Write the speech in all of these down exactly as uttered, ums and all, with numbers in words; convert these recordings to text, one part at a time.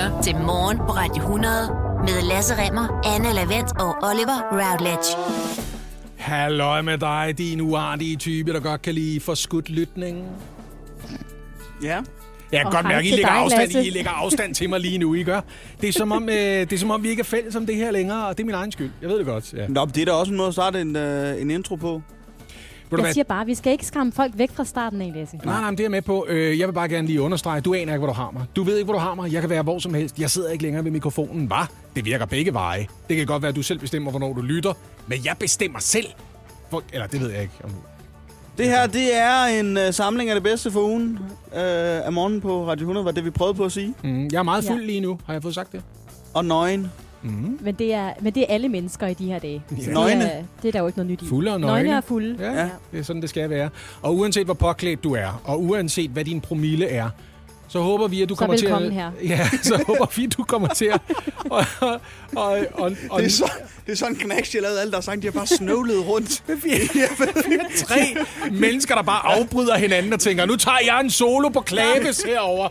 lytter til Morgen på Radio hundrede med Lasse Remmer, Anne Lavent og Oliver Routledge. Halløj med dig, din uartige type, der godt kan lide forskudt lytningen. Ja. Jeg kan og godt mærke, at I lægger, dig, afstand, I lægger afstand til mig lige nu, I gør. Det er, som om, øh, det er som om, vi ikke er fælles om det her længere, og det er min egen skyld. Jeg ved det godt. Ja. Nå, det er da også en måde at starte en, øh, en intro på. Jeg siger bare, vi skal ikke skræmme folk væk fra starten af, Lasse. Nej, nej, det er jeg med på. Jeg vil bare gerne lige understrege, du aner ikke, hvor du har mig. Du ved ikke, hvor du har mig. Jeg kan være hvor som helst. Jeg sidder ikke længere ved mikrofonen. Hvad? Det virker begge veje. Det kan godt være, at du selv bestemmer, hvornår du lytter. Men jeg bestemmer selv. For... Eller det ved jeg ikke. Om... Det her, det er en uh, samling af det bedste for ugen uh, af morgenen på Radio hundrede, var det, vi prøvede på at sige. Mm, jeg er meget fuld ja. lige nu. Har jeg fået sagt det? Og nøgen. Mm. Men, det er, men det er alle mennesker i de her dage. Ja. Nøgne. Det er, det er der jo ikke noget nyt i. Fulde og nøgne. Nøgne er fulde. Ja, ja, det er sådan, det skal være. Og uanset hvor påklædt du er, og uanset hvad din promille er, så håber vi, at du så kommer til at... her. Ja, så håber vi, at du kommer til at... Og, og, og, og, og, det, er så, det er sådan en knæks, jeg lavede alle, der har sagt, de har bare snøvlet rundt. Tre mennesker, der bare afbryder hinanden og tænker, nu tager jeg en solo på Klaves herover.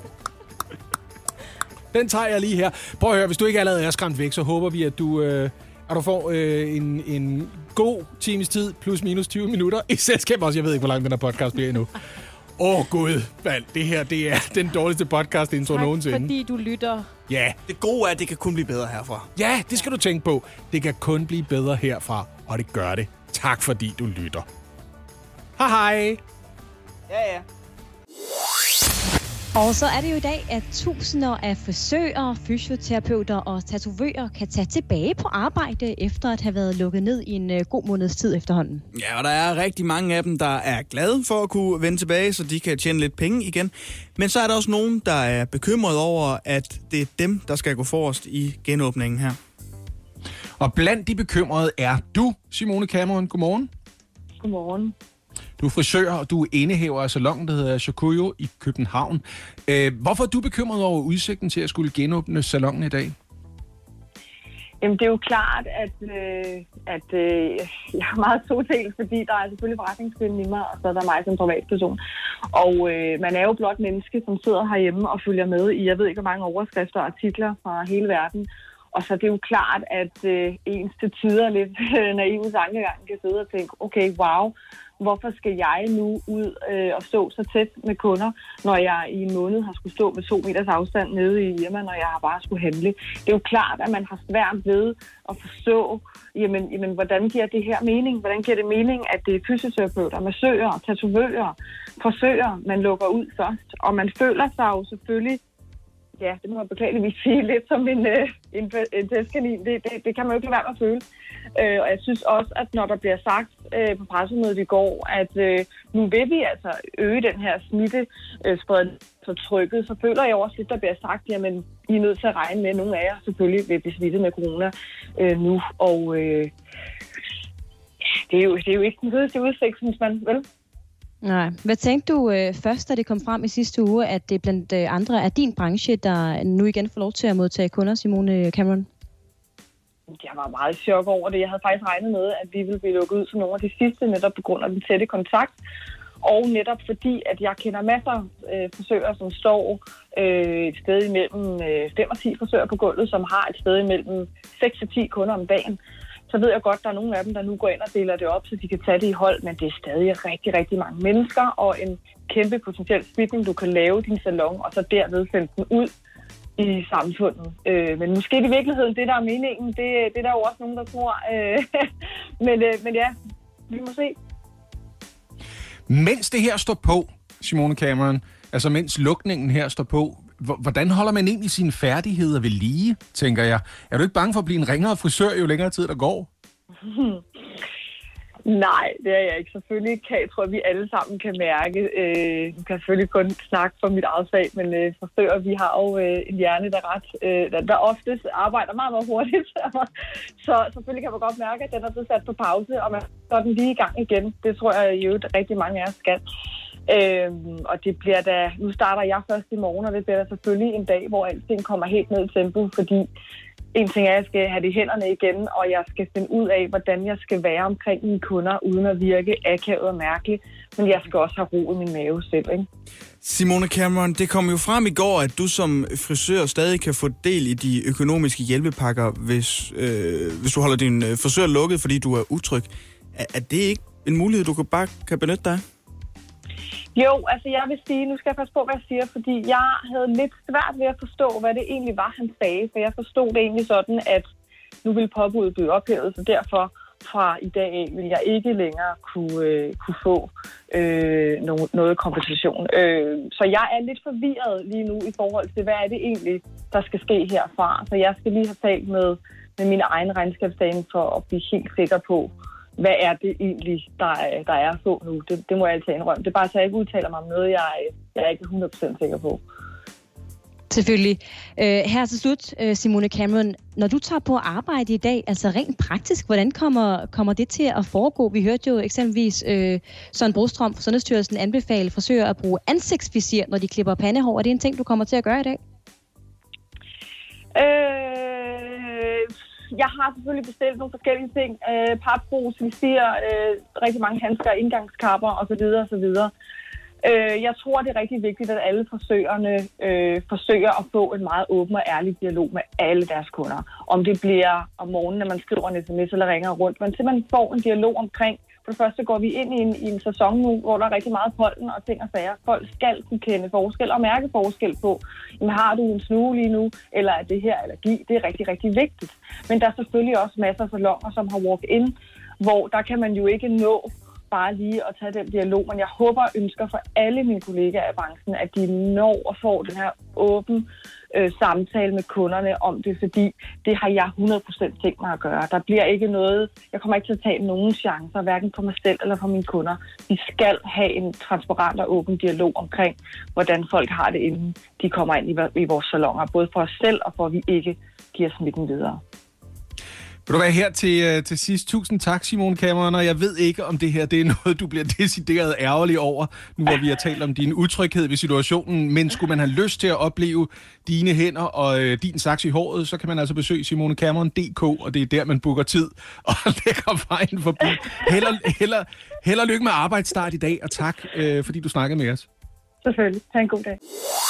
Den tager jeg lige her. Prøv at høre, hvis du ikke allerede er skræmt væk, så håber vi, at du, øh, at du får øh, en, en god times tid, plus minus tyve minutter i selskab også. Jeg ved ikke, hvor lang den her podcast bliver endnu. Åh, oh, gud, Val, det her det er den dårligste podcast-intro nogensinde. Fordi du lytter. Ja. Det gode er, at det kan kun blive bedre herfra. Ja, det skal du tænke på. Det kan kun blive bedre herfra, og det gør det. Tak, fordi du lytter. Hej hej. Ja, ja. Og så er det jo i dag, at tusinder af frisører, fysioterapeuter og tatovører kan tage tilbage på arbejde, efter at have været lukket ned i en uh, god måneds tid efterhånden. Ja, og der er rigtig mange af dem, der er glade for at kunne vende tilbage, så de kan tjene lidt penge igen. Men så er der også nogen, der er bekymret over, at det er dem, der skal gå forrest i genåbningen her. Og blandt de bekymrede er du, Simone Cameron. Godmorgen. Godmorgen. Du er frisør, og du er indehaver af salongen, der hedder Shokuyo i København. Øh, hvorfor er du bekymret over udsigten til at skulle genåbne salongen i dag? Jamen, det er jo klart, at, øh, at øh, jeg er meget todelt, fordi der er selvfølgelig forretningskvinden i mig, og så er der mig som privatperson. Og øh, man er jo blot menneske, som sidder herhjemme og følger med i, jeg ved ikke, hvor mange overskrifter og artikler fra hele verden. Og så det er jo klart, at øh, ens til tider lidt øh, naive tankegang kan sidde og tænke, okay, wow, hvorfor skal jeg nu ud øh, og stå så tæt med kunder, når jeg i en måned har skulle stå med to meters afstand nede i Irma, når jeg har bare skulle handle. Det er jo klart, at man har svært ved at forstå, jamen, jamen, hvordan giver det her mening? Hvordan giver det mening, at det er fysioterapeuter, massører, tatovører, frisører, man lukker ud først? Og man føler sig jo selvfølgelig, ja, det må man beklageligvis sige, lidt som en, øh, en, en testkanin. Det, det, det kan man jo ikke lade være med at føle. Øh, og jeg synes også, at når der bliver sagt øh, på pressemødet i går, at øh, nu vil vi altså øge den her smittespredning for trykket, så føler jeg også lidt, der bliver sagt, jamen, I er nødt til at regne med, at nogle af jer selvfølgelig vil blive smittet med corona øh, nu. Og øh, det, er jo, det er jo ikke den fedeste udsigt, synes man, vel? Nej. Hvad tænkte du øh, først, da det kom frem i sidste uge, at det blandt øh, andre er din branche, der nu igen får lov til at modtage kunder, Simone Cameron? Jeg var meget i chok over det. Jeg havde faktisk regnet med, at vi ville blive lukket ud som nogle af de sidste, netop på grund af den tætte kontakt. Og netop fordi, at jeg kender masser af øh, frisører, som står øh, et sted imellem øh, fem og ti frisører på gulvet, som har et sted imellem seks og ti kunder om dagen. Så ved jeg godt, at der er nogle af dem, der nu går ind og deler det op, så de kan tage det i hold, men det er stadig rigtig, rigtig mange mennesker, og en kæmpe potentiel smitning, du kan lave din salon, og så derved sende den ud i samfundet. Øh, men måske i virkeligheden, det der er meningen, det, det er der jo også nogen, der tror. Øh, men, øh, men ja, vi må se. Mens det her står på, Simone Cameron, altså mens lukningen her står på, hvordan holder man egentlig sine færdigheder ved lige, tænker jeg? Er du ikke bange for at blive en ringere frisør, jo længere tid der går? Nej, det er jeg ikke. Selvfølgelig kan, jeg tror, at vi alle sammen kan mærke. Øh, jeg kan selvfølgelig kun snakke for mit eget fag, men øh, frisører, vi har jo øh, en hjerne, der ret, øh, der, der oftest arbejder meget, meget hurtigt. Så selvfølgelig kan man godt mærke, at den er blevet sat på pause, og man går den lige i gang igen. Det tror jeg jo, at rigtig mange af os skal. Øhm, og det bliver da, nu starter jeg først i morgen, og det bliver da selvfølgelig en dag, hvor alting kommer helt ned i tempo, fordi en ting er, at jeg skal have det i hænderne igen, og jeg skal finde ud af, hvordan jeg skal være omkring mine kunder, uden at virke akavet og mærkeligt. Men jeg skal også have ro i min mave selv, ikke? Simone Cameron, det kom jo frem i går, at du som frisør stadig kan få del i de økonomiske hjælpepakker, hvis, øh, hvis du holder din frisør lukket, fordi du er utryg. Er, er det ikke en mulighed, du bare kan benytte dig? Jo, altså jeg vil sige, nu skal jeg passe på, hvad jeg siger, fordi jeg havde lidt svært ved at forstå, hvad det egentlig var, han sagde. For jeg forstod det egentlig sådan, at nu ville påbuddet blive ophævet, så derfor fra i dag af vil jeg ikke længere kunne, øh, kunne få øh, no, noget kompensation. Øh, så jeg er lidt forvirret lige nu i forhold til, hvad er det egentlig, der skal ske herfra. Så jeg skal lige have talt med, med mine egne regnskabsdage for at blive helt sikker på, hvad er det egentlig, der er, der er at få nu. Det, det må jeg altid indrømme. Det er bare, så jeg ikke udtaler mig om noget, jeg, jeg er ikke hundrede procent sikker på. Selvfølgelig. Øh, her til slut, Simone Cameron, når du tager på arbejde i dag, altså rent praktisk, hvordan kommer, kommer det til at foregå? Vi hørte jo eksempelvis øh, Søren Brostrøm fra Sundhedsstyrelsen anbefale frisører at bruge ansigtsvisir, når de klipper pandehår. Er det en ting, du kommer til at gøre i dag? Øh, jeg har selvfølgelig bestilt nogle forskellige ting. Øh, papbrus, visir, øh, rigtig mange handsker, indgangskapper osv. osv. Jeg tror, det er rigtig vigtigt, at alle frisørerne øh, forsøger at få en meget åben og ærlig dialog med alle deres kunder. Om det bliver om morgenen, når man skriver en sms eller ringer rundt, men simpelthen får en dialog omkring. For det første går vi ind i en, i en sæson nu, hvor der er rigtig meget pollen og ting og sager. Folk skal kunne kende forskel og mærke forskel på, jamen, har du en snue lige nu, eller er det her allergi? Det er rigtig, rigtig vigtigt. Men der er selvfølgelig også masser af salonger, som har walk-in, hvor der kan man jo ikke nå bare lige at tage den dialog, men jeg håber og ønsker for alle mine kollegaer i branchen, at de når at få den her åben øh, samtale med kunderne om det, fordi det har jeg hundrede procent tænkt mig at gøre. Der bliver ikke noget, jeg kommer ikke til at tage nogen chancer, hverken for mig selv eller for mine kunder. Vi skal have en transparent og åben dialog omkring, hvordan folk har det, inden de kommer ind i, i vores salonger, både for os selv og for at vi ikke giver smitten videre. Vil du være her til, til sidst? Tusind tak, Simone Cameron, og jeg ved ikke, om det her det er noget, du bliver decideret ærgerlig over, nu hvor vi har talt om din utryghed ved situationen, men skulle man have lyst til at opleve dine hænder og øh, din saks i håret, så kan man altså besøge simone cameron punktum d k, og det er der, man booker tid og lægger vejen forbi. Held, held, held og lykke med arbejdsstart i dag, og tak, øh, fordi du snakkede med os. Selvfølgelig. Ha' en god dag.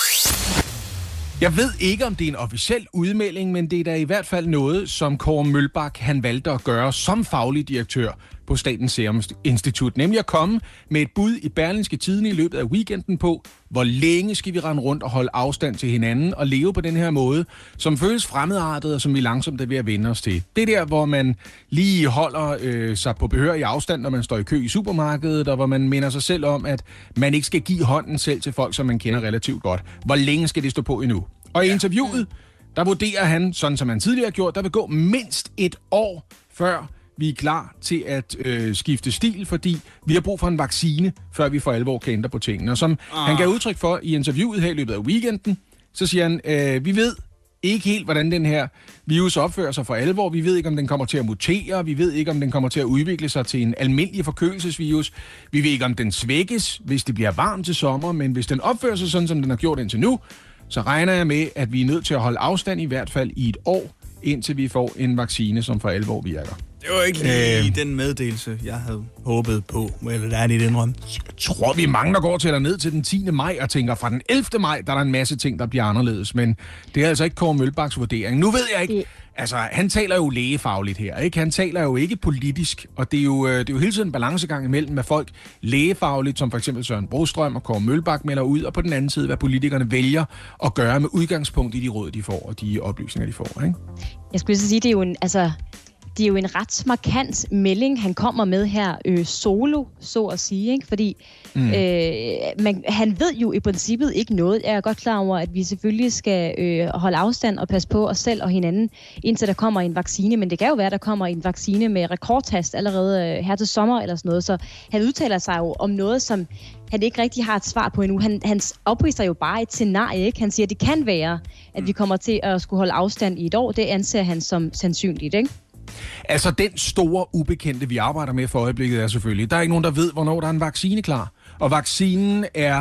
Jeg ved ikke, om det er en officiel udmelding, men det er da i hvert fald noget, som Kåre Mølbak han valgte at gøre som faglig direktør på Statens Serum Institut. Nemlig at komme med et bud i Berlingske Tidende i løbet af weekenden på, hvor længe skal vi rende rundt og holde afstand til hinanden og leve på den her måde, som føles fremmedartet og som vi langsomt er ved at vende os til. Det der, hvor man lige holder øh, sig på behørig afstand, når man står i kø i supermarkedet, og hvor man minder sig selv om, at man ikke skal give hånden selv til folk, som man kender relativt godt. Hvor længe skal det stå på endnu? Og i interviewet, der vurderer han, sådan som han tidligere har gjort, der vil gå mindst et år, før vi er klar til at øh, skifte stil, fordi vi har brug for en vaccine, før vi for alvor kan ændre på tingene. Og som ah. han gav udtryk for i interviewet her i løbet af weekenden, så siger han, øh, vi ved ikke helt, hvordan den her virus opfører sig for alvor. Vi ved ikke, om den kommer til at mutere. Vi ved ikke, om den kommer til at udvikle sig til en almindelig forkølelsesvirus. Vi ved ikke, om den svækkes, hvis det bliver varmt til sommer. Men hvis den opfører sig sådan, som den har gjort indtil nu, så regner jeg med, at vi er nødt til at holde afstand i hvert fald i et år, indtil vi får en vaccine, som for alvor virker. Det var ikke lige øh, den meddelelse, jeg havde håbet på, eller der er det indrømme. Jeg tror, vi er mange, der går til derned til den tiende maj og tænker, fra den ellevte maj, der er der en masse ting, der bliver anderledes. Men det er altså ikke Kåre Mølbaks vurdering. Nu ved jeg ikke, altså han taler jo lægefagligt her, ikke? Han taler jo ikke politisk, og det er jo, det er jo hele tiden en balancegang imellem, hvad folk lægefagligt, som for eksempel Søren Brostrøm og Kåre Mølbak melder ud, og på den anden side, hvad politikerne vælger at gøre med udgangspunkt i de råd, de får, og de oplysninger, de får, ikke? Jeg skulle sige, det er jo en, altså... Det er jo en ret markant melding, han kommer med her øh, solo, så at sige, ikke? Fordi mm. øh, man, han ved jo i princippet ikke noget. Jeg er godt klar over, at vi selvfølgelig skal øh, holde afstand og passe på os selv og hinanden, indtil der kommer en vaccine. Men det kan jo være, at der kommer en vaccine med rekordtast allerede øh, her til sommer eller sådan noget. Så han udtaler sig jo om noget, som han ikke rigtig har et svar på endnu. Han, han oprister jo bare et scenarie, ikke? Han siger, at det kan være, at vi kommer til at skulle holde afstand i et år. Det anser han som sandsynligt, ikke? Altså, den store ubekendte, vi arbejder med for øjeblikket, er selvfølgelig, der er ikke nogen, der ved, hvornår der er en vaccine klar. Og vaccinen er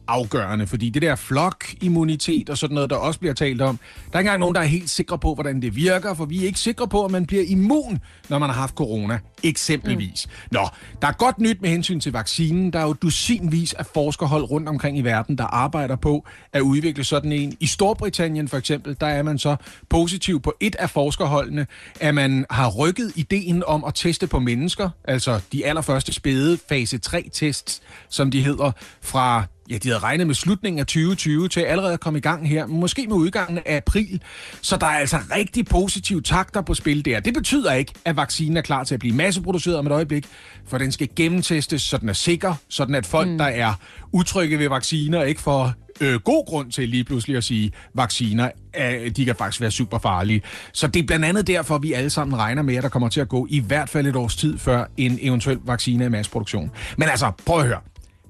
afgørende, fordi det der flokimmunitet og sådan noget, der også bliver talt om, der er ikke engang nogen, der er helt sikre på, hvordan det virker, for vi er ikke sikre på, at man bliver immun, når man har haft corona, eksempelvis. Mm. Nå, der er godt nyt med hensyn til vaccinen. Der er jo dusinvis af forskerhold rundt omkring i verden, der arbejder på at udvikle sådan en. I Storbritannien for eksempel, der er man så positiv på et af forskerholdene, at man har rykket ideen om at teste på mennesker, altså de allerførste spæde fase tre-tests, som de hedder, fra, ja, de havde regnet med slutningen af tyve tyve til allerede at komme i gang her, måske med udgangen af april. Så der er altså rigtig positive takter på spil der. Det betyder ikke, at vaccinen er klar til at blive masseproduceret om et øjeblik, for den skal gennemtestes, så den er sikker, sådan at folk, mm. der er utrygge ved vacciner, ikke får øh, god grund til lige pludselig at sige, vacciner, øh, de kan faktisk være super farlige. Så det er blandt andet derfor, vi alle sammen regner med, at der kommer til at gå i hvert fald et års tid, før en eventuel vaccine er i masseproduktion. Men altså, prøv at høre.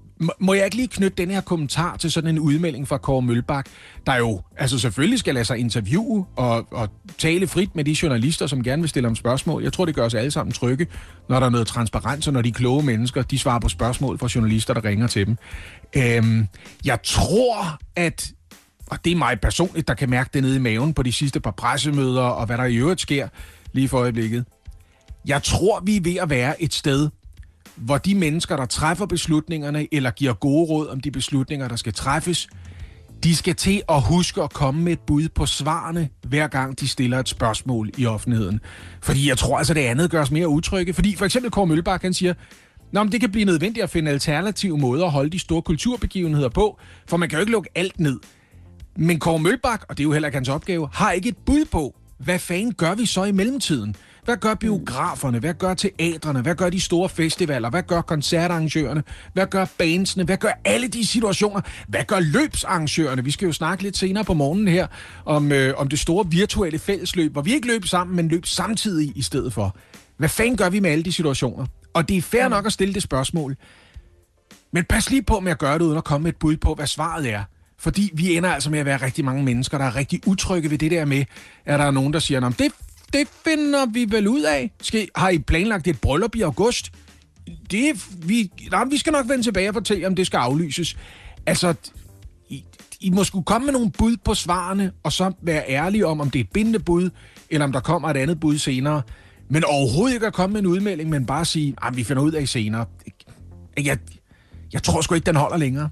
Må jeg ikke lige knytte den her kommentar til sådan en udmelding fra Kåre Mølbak, der jo altså selvfølgelig skal lade sig interviewe og, og tale frit med de journalister, som gerne vil stille om spørgsmål. Jeg tror, det gør os alle sammen trygge, når der er noget transparens, og når de kloge mennesker, de svarer på spørgsmål fra journalister, der ringer til dem. Øhm, jeg tror, at, og det er mig personligt, der kan mærke det nede i maven på de sidste par pressemøder, og hvad der i øvrigt sker lige for øjeblikket. Jeg tror, vi er ved at være et sted, hvor de mennesker, der træffer beslutningerne, eller giver gode råd om de beslutninger, der skal træffes, de skal til at huske at komme med et bud på svarene, hver gang de stiller et spørgsmål i offentligheden. Fordi jeg tror altså, det andet gør os mere utrygge. Fordi for eksempel Kåre Mølbak, han siger, Nå, men det kan blive nødvendigt at finde alternative måder at holde de store kulturbegivenheder på, for man kan jo ikke lukke alt ned. Men Kåre Mølbak, og det er jo heller ikke hans opgave, har ikke et bud på, hvad fanden gør vi så i mellemtiden? Hvad gør biograferne? Hvad gør teatrene? Hvad gør de store festivaler? Hvad gør koncertarrangørerne? Hvad gør bandsene? Hvad gør alle de situationer? Hvad gør løbsarrangørerne? Vi skal jo snakke lidt senere på morgenen her om, øh, om det store virtuelle fællesløb, hvor vi ikke løb sammen, men løb samtidig i stedet for. Hvad fanden gør vi med alle de situationer? Og det er fair nok at stille det spørgsmål. Men pas lige på med at gøre det, uden at komme med et bud på, hvad svaret er. Fordi vi ender altså med at være rigtig mange mennesker, der er rigtig utrygge ved det der med, at der er nogen, der siger, at det, det finder vi vel ud af. Skal, har I planlagt et bryllup i august? Det, vi, nej, vi skal nok vende tilbage og fortælle, om det skal aflyses. Altså, I, I må skulle komme med nogle bud på svarene, og så være ærlige om, om det er et bindende bud, eller om der kommer et andet bud senere. Men overhovedet ikke at komme med en udmelding, men bare sige, at vi finder ud af senere. Jeg, jeg tror sgu ikke, den holder længere.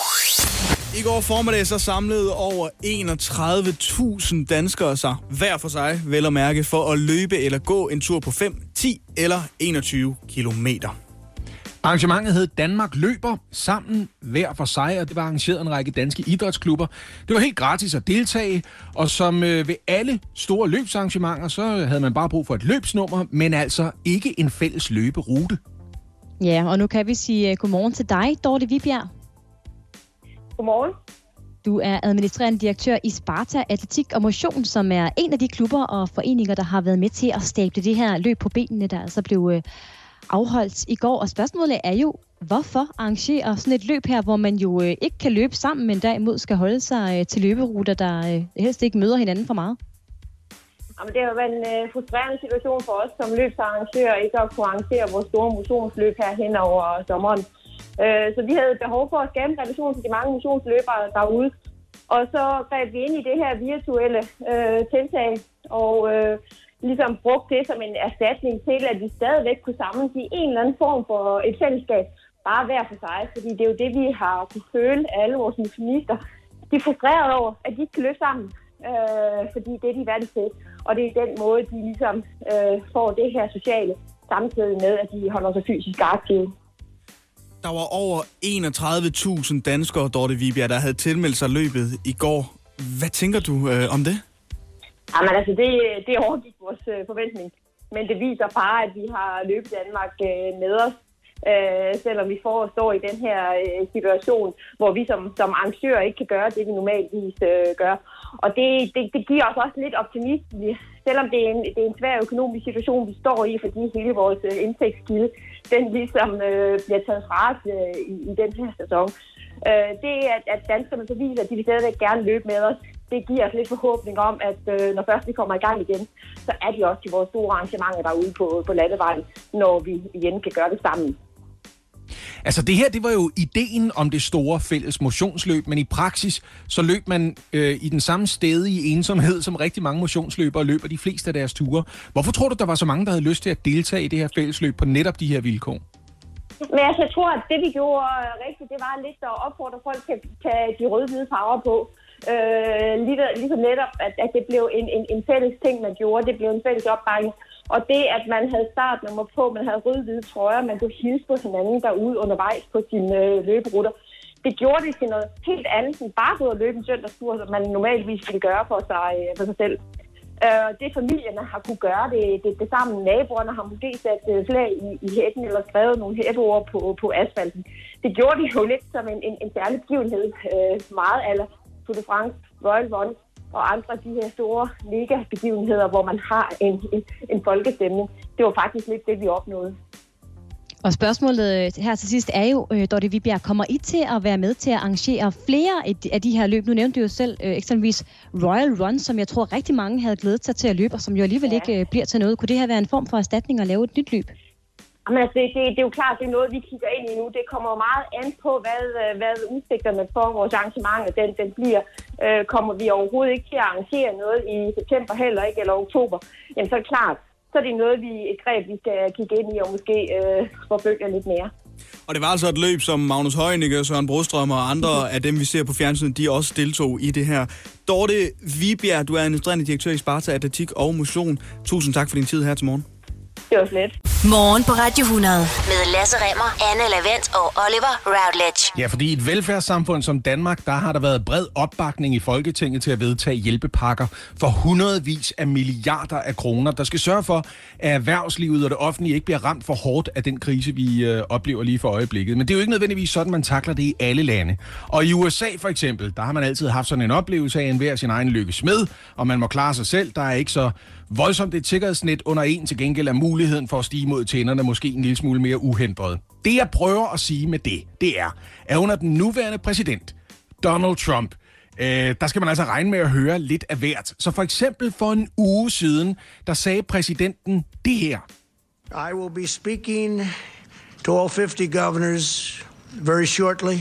I går formiddag så samlede over enogtredive tusind danskere sig hver for sig, vel at mærke, for at løbe eller gå en tur på fem, ti eller enogtyve kilometer. Arrangementet hed Danmark løber sammen hver for sig, og det var arrangeret en række danske idrætsklubber. Det var helt gratis at deltage, og som øh, ved alle store løbsarrangementer, så havde man bare brug for et løbsnummer, men altså ikke en fælles løberute. Ja, og nu kan vi sige uh, godmorgen til dig, Dorte Vibjerg. Godmorgen. Du er administrerende direktør i Sparta Atletik og Motion, som er en af de klubber og foreninger, der har været med til at stable det her løb på benene, der altså blev øh, afholdt i går. Og spørgsmålet er jo, hvorfor arrangere sådan et løb her, hvor man jo øh, ikke kan løbe sammen, men derimod skal holde sig øh, til løberuter, der øh, helst ikke møder hinanden for meget? Jamen, det har jo været en øh, frustrerende situation for os som løbsarrangører, ikke at kunne arrangere vores store motionsløb her hen over sommeren. Så vi havde behov for at skabe en relation til de mange motionsløbere derude. Og så greb vi ind i det her virtuelle øh, tiltag, og øh, ligesom brugte det som en erstatning til, at vi stadigvæk kunne samles i en eller anden form for et fællesskab, bare hver for sig. Fordi det er jo det, vi har kunne føle af alle vores motionister. De er frustrerede over, at de ikke kan løbe sammen, øh, fordi det er de vant til. Og det er den måde, de ligesom øh, får det her sociale, samtidig med, at de holder sig fysisk aktive. Der var over enogtredive tusind danskere, Dorte Vibjerg, der havde tilmeldt sig løbet i går. Hvad tænker du øh, om det? Jamen altså, det, det overgik vores øh, forventning. Men det viser bare, at vi har løbet Danmark øh, med os. Øh, selvom vi får, står i den her øh, situation, hvor vi som, som arrangører ikke kan gøre det, vi normalvis øh, gør. Og det, det, det giver os også lidt optimisme, selvom det er, en, det er en svær økonomisk situation, vi står i, fordi hele vores øh, indtægtskilde, den ligesom øh, bliver taget fra os øh, i, i den her sæson. Øh, det, at, at danskerne så viser, at de vil stadigvæk gerne løbe med os, det giver os lidt forhåbning om, at øh, når først vi kommer i gang igen, så er de også til vores store arrangementer derude på, på landevejen, når vi igen kan gøre det sammen. Altså det her, det var jo ideen om det store fælles motionsløb, men i praksis, så løb man øh, i den samme stedige ensomhed, som rigtig mange motionsløbere løber de fleste af deres ture. Hvorfor tror du, der var så mange, der havde lyst til at deltage i det her fællesløb på netop de her vilkår? Men altså, jeg tror, at det vi gjorde rigtigt, det var lidt at opfordre folk til at tage de røde-hvide farver på. Øh, lige, ligesom netop, at, at det blev en, en, en fælles ting, man gjorde. Det blev en fælles opbakning. Og det, at man havde startnummer på, man havde røde-hvide trøjer, man kunne hilse på hinanden derude undervejs på sine øh, løberuter. Det gjorde det til noget helt andet, end bare gå og løbe en søndagstur, som man normalvis ville gøre for sig, øh, for sig selv. Uh, det familierne har kunne gøre, det, det, det sammen naboerne har måske sat uh, flag i, i hætten eller skrevet nogle hætteord på, på asfalten. Det gjorde de jo lidt som en, en, en særlig begivenhed. Uh, meget eller Tour de France, Royal Run og andre af de her store mega-begivenheder, hvor man har en, en, en folkestemning. Det var faktisk lidt det, vi opnåede. Og spørgsmålet her til sidst er jo, øh, Dorte Vibjerg, kommer I til at være med til at arrangere flere af de her løb? Nu nævnte du jo selv øh, eksempelvis Royal Run, som jeg tror rigtig mange havde glædet sig til at løbe, og som jo alligevel ja. ikke øh, bliver til noget. Kunne det her være en form for erstatning at lave et nyt løb? Jamen, altså, det, det, det er jo klart, det er noget, vi kigger ind i nu. Det kommer meget an på, hvad, hvad udsigterne for vores arrangement den, den bliver. Øh, kommer vi overhovedet ikke til at arrangere noget i september heller ikke, eller oktober, jamen så er det klart, så er det noget, vi, et greb, vi skal kigge ind i og måske øh, forfølge lidt mere. Og det var altså et løb, som Magnus Heunicke, Søren Brostrøm og andre af dem, vi ser på fjernsynet, de også deltog i det her. Dorte Vibjerg, du er administrerende direktør i Sparta Atletik og Motion. Tusind tak for din tid her til morgen. Det var slet. Morgen på Radio hundrede med Lasse Remmer, Anne Lavent og Oliver Routledge. Ja, fordi i et velfærdssamfund som Danmark, der har der været bred opbakning i Folketinget til at vedtage hjælpepakker for hundredvis af milliarder af kroner, der skal sørge for, at erhvervslivet og det offentlige ikke bliver ramt for hårdt af den krise, vi øh, oplever lige for øjeblikket. Men det er jo ikke nødvendigvis sådan, man takler det i alle lande. Og i U S A for eksempel, der har man altid haft sådan en oplevelse af en hver sin egen lykke smed, og man må klare sig selv. Der er ikke så voldsomt et sikkerhedsnet under en, til gengæld er muligheden for at stige mod tænderne måske en lille smule mere uhindret. Det jeg prøver at sige med det, det er, at under den nuværende præsident, Donald Trump, øh, der skal man altså regne med at høre lidt af hvert. Så for eksempel for en uge siden, der sagde præsidenten det her. I will be speaking to all fifty governors very shortly,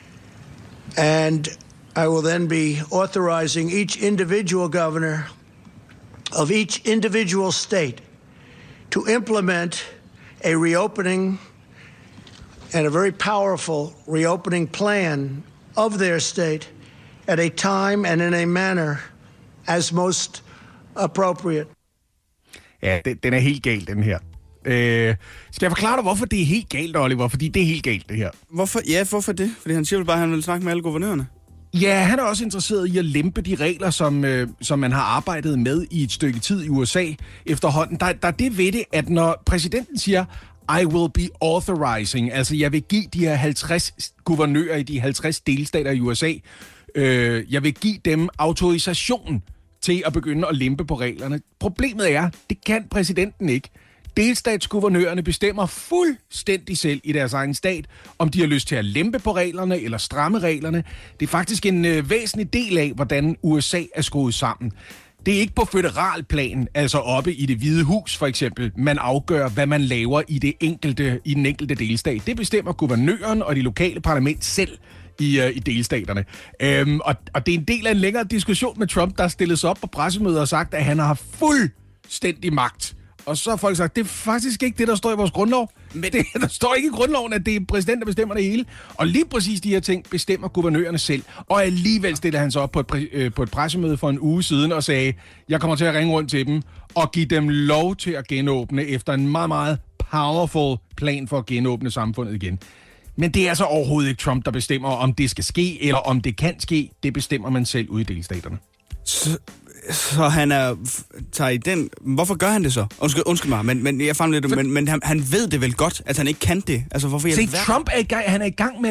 and I will then be authorizing each individual governor of each individual state to implement a reopening and a very powerful reopening plan of their state at a time and in a manner as most appropriate. Ja, den, den er helt galt, den her. Øh, skal jeg forklare dig, hvorfor det er helt galt, Oliver? Fordi det er helt galt, det her. Hvorfor? Ja, hvorfor det? Fordi han siger bare, at han vil snakke med alle guvernørerne. Ja, han er også interesseret i at lempe de regler, som, øh, som man har arbejdet med i et stykke tid i U S A efterhånden. Der, der er det ved det, at når præsidenten siger, I will be authorizing, altså jeg vil give de her halvtreds guvernører i de halvtreds delstater i U S A, øh, jeg vil give dem autorisation til at begynde at lempe på reglerne. Problemet er, det kan præsidenten ikke. Delstatsguvernørerne bestemmer fuldstændig selv i deres egen stat, om de har lyst til at lempe på reglerne eller stramme reglerne. Det er faktisk en øh, væsentlig del af, hvordan U S A er skruet sammen. Det er ikke på føderal plan, altså oppe i det Hvide Hus for eksempel, man afgør, hvad man laver i, det enkelte, i den enkelte delstat. Det bestemmer guvernøren og de lokale parlament selv i, uh, i delstaterne. Øhm, og, og det er en del af en længere diskussion med Trump, der har stillet sig op på pressemøder og sagt, at han har fuldstændig magt. Og så har folk sagt, det er faktisk ikke det, der står i vores grundlov. Men det, der står ikke i grundloven, at det er præsidenten, der bestemmer det hele. Og lige præcis de her ting bestemmer guvernørerne selv. Og alligevel stiller han sig op på et, præ- øh, på et pressemøde for en uge siden og sagde, jeg kommer til at ringe rundt til dem og give dem lov til at genåbne efter en meget, meget powerful plan for at genåbne samfundet igen. Men det er altså overhovedet ikke Trump, der bestemmer, om det skal ske, eller om det kan ske. Det bestemmer man selv ude i delstaterne. Så, så han er tager i den. Hvorfor gør han det så? Undskyld, undskyld mig, men, men jeg fandt lidt, For... men, men han, han ved det vel godt, at han ikke kan det. Altså hvorfor? Se, Trump er i gang, han er i gang med at lægge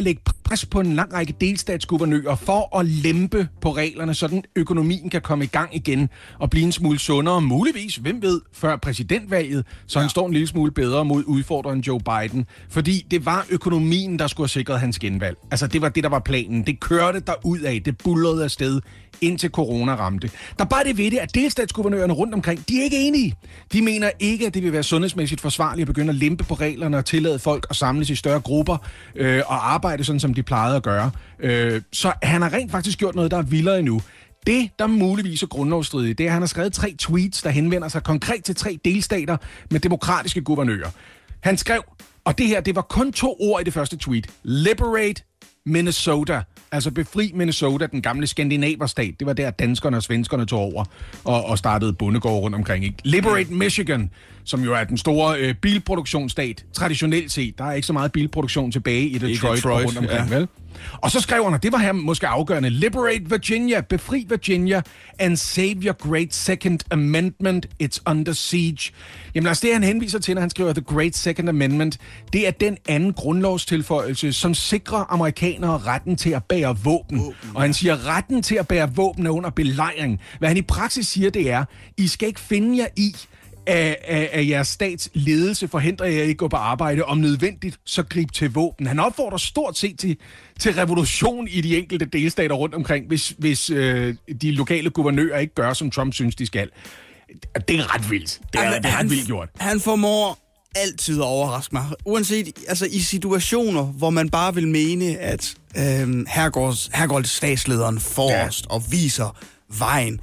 pres på en lang række delstatsguvernører for at lempe på reglerne, så økonomien kan komme i gang igen og blive en smule sundere. Muligvis, hvem ved, før præsidentvalget, så ja. han står en lille smule bedre mod udfordreren Joe Biden. Fordi det var økonomien, der skulle have sikret hans genvalg. Altså, det var det, der var planen. Det kørte derudad. Det bullrede afsted, indtil corona ramte. Der er bare det ved det, at delstatsguvernørerne rundt omkring, de er ikke enige. De mener ikke, at det vil være sundhedsmæssigt forsvarligt at begynde at lempe på reglerne og tillade folk at samles i større grupper øh, og arbejde sådan, som de plejede at gøre. Øh, så han har rent faktisk gjort noget, der er vildere endnu. Det, der muligvis er grundlovsstridigt, det er, at han har skrevet tre tweets, der henvender sig konkret til tre delstater med demokratiske guvernører. Han skrev, og det her, det var kun to ord i det første tweet. Liberate Minnesota. Altså befri Minnesota, den gamle skandinaverstat. Det var der, danskerne og svenskerne tog over og, og startede bondegård rundt omkring. Ikke? Liberate Michigan, som jo er den store øh, bilproduktionsstat. Traditionelt set, der er ikke så meget bilproduktion tilbage i Detroit, Detroit rundt omkring, ja. vel? Og så skrev han, og det var her måske afgørende, Liberate Virginia, befri Virginia, and save your great second amendment, it's under siege. Jamen altså det, han henviser til, når han skriver The Great Second Amendment, det er den anden grundlovstilføjelse, som sikrer amerikanere retten til at bære våben. Oh, og han siger, retten til at bære våben er under belejring. Hvad han i praksis siger, det er, I skal ikke finde jer i, Af, af, af jeres stats ledelse forhindrer jer ikke at gå på arbejde. Om nødvendigt, så grib til våben. Han opfordrer stort set til, til revolution i de enkelte delstater rundt omkring, hvis, hvis øh, de lokale guvernører ikke gør, som Trump synes, de skal. Det er ret vildt. Det er, altså, det er han, ret vildt gjort. Han formår altid at overraske mig. Uanset altså, i situationer, hvor man bare vil mene, at øh, her, går, her går statslederen forrest ja. og viser vejen.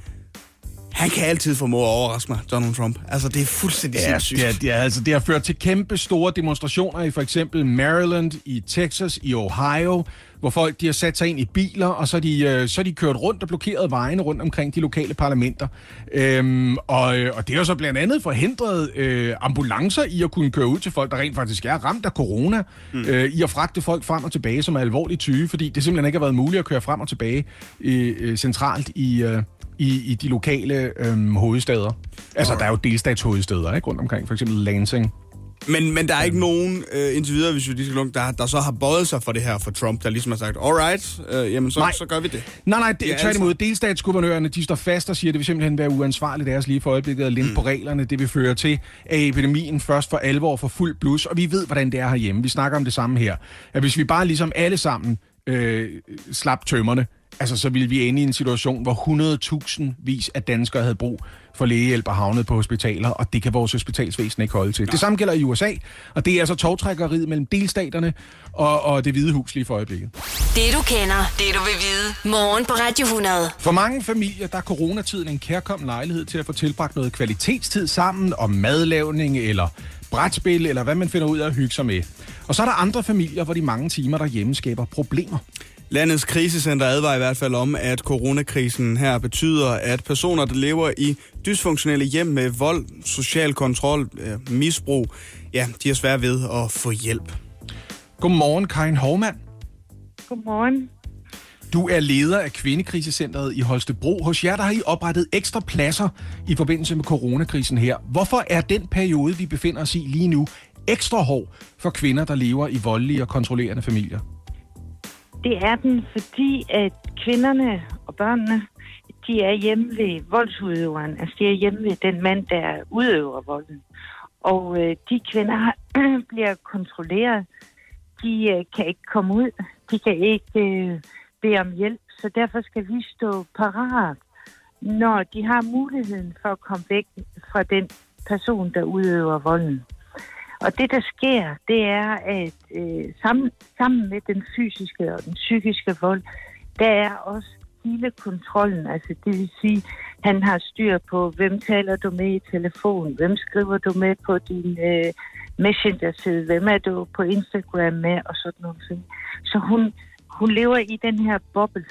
Han kan altid formå at overraske mig, Donald Trump. Altså, det er fuldstændig ja, sindssygt. Ja, det, er, altså, det har ført til kæmpe store demonstrationer i for eksempel Maryland, i Texas, i Ohio, hvor folk de har sat sig ind i biler, og så er de, øh, så er de kørt rundt og blokeret vejene rundt omkring de lokale parlamenter. Øhm, og, og det har så blandt andet forhindret øh, ambulancer i at kunne køre ud til folk, der rent faktisk er ramt af corona, mm. øh, i at fragte folk frem og tilbage, som er alvorligt syge, fordi det simpelthen ikke har været muligt at køre frem og tilbage øh, centralt i... Øh, I, i de lokale øhm, hovedsteder. Altså, Alright. Der er jo delstatshovedsteder, ikke? Rundt omkring, for eksempel Lansing. Men, men der er ikke nogen, øh, indtil videre, hvis vi lige skal lukke, der, der så har bøjet sig for det her for Trump, der ligesom har sagt, alright, øh, jamen så, så gør vi det. Nej, nej, det, tværtimod. Altså... Delstatsguvernørerne, de står fast og siger, at det vil simpelthen være uansvarligt af os lige for øjeblikket at lempe mm. på reglerne. Det vil føre til, at epidemien først for alvor får fuld blus, og vi ved, hvordan det er herhjemme. Vi snakker om det samme her. At hvis vi bare ligesom alle sammen øh, slap tømmerne, altså, så ville vi ende i en situation, hvor hundredtusindvis af danskere havde brug for lægehjælp og havnet på hospitaler, og det kan vores hospitalsvæsen ikke holde til. Nej. Det samme gælder i U S A, og det er altså tovtrækkeriet mellem delstaterne og, og det Hvide Hus lige for øjeblikket. Det du kender, det du vil vide. Morgen på Radio hundrede. For mange familier, der er coronatiden en kærkommen lejlighed til at få tilbragt noget kvalitetstid sammen om madlavning eller brætspil, eller hvad man finder ud af at hygge sig med. Og så er der andre familier, hvor de mange timer derhjemme skaber problemer. Landets krisecenter advarer i hvert fald om, at coronakrisen her betyder, at personer, der lever i dysfunktionelle hjem med vold, social kontrol, misbrug, ja, de er svært ved at få hjælp. Godmorgen, Karin Hovmand. Godmorgen. Du er leder af Kvindekrisecentret i Holstebro. Hos jer, der har I oprettet ekstra pladser i forbindelse med coronakrisen her. Hvorfor er den periode, vi befinder os i lige nu, ekstra hård for kvinder, der lever i voldelige og kontrollerende familier? Det er den, fordi at kvinderne og børnene, de er hjemme ved voldsudøveren. Altså, de er hjemme ved den mand, der udøver volden. Og øh, de kvinder har, bliver kontrolleret. De øh, kan ikke komme ud. De kan ikke øh, bede om hjælp. Så derfor skal vi stå parat, når de har muligheden for at komme væk fra den person, der udøver volden. Og det, der sker, det er, at øh, sammen, sammen med den fysiske og den psykiske vold, der er også hele kontrollen. Altså, det vil sige, han har styr på, hvem taler du med i telefon, hvem skriver du med på din øh, messenger-side, hvem er du på Instagram med, og sådan nogle ting. Så hun, hun lever i den her boble.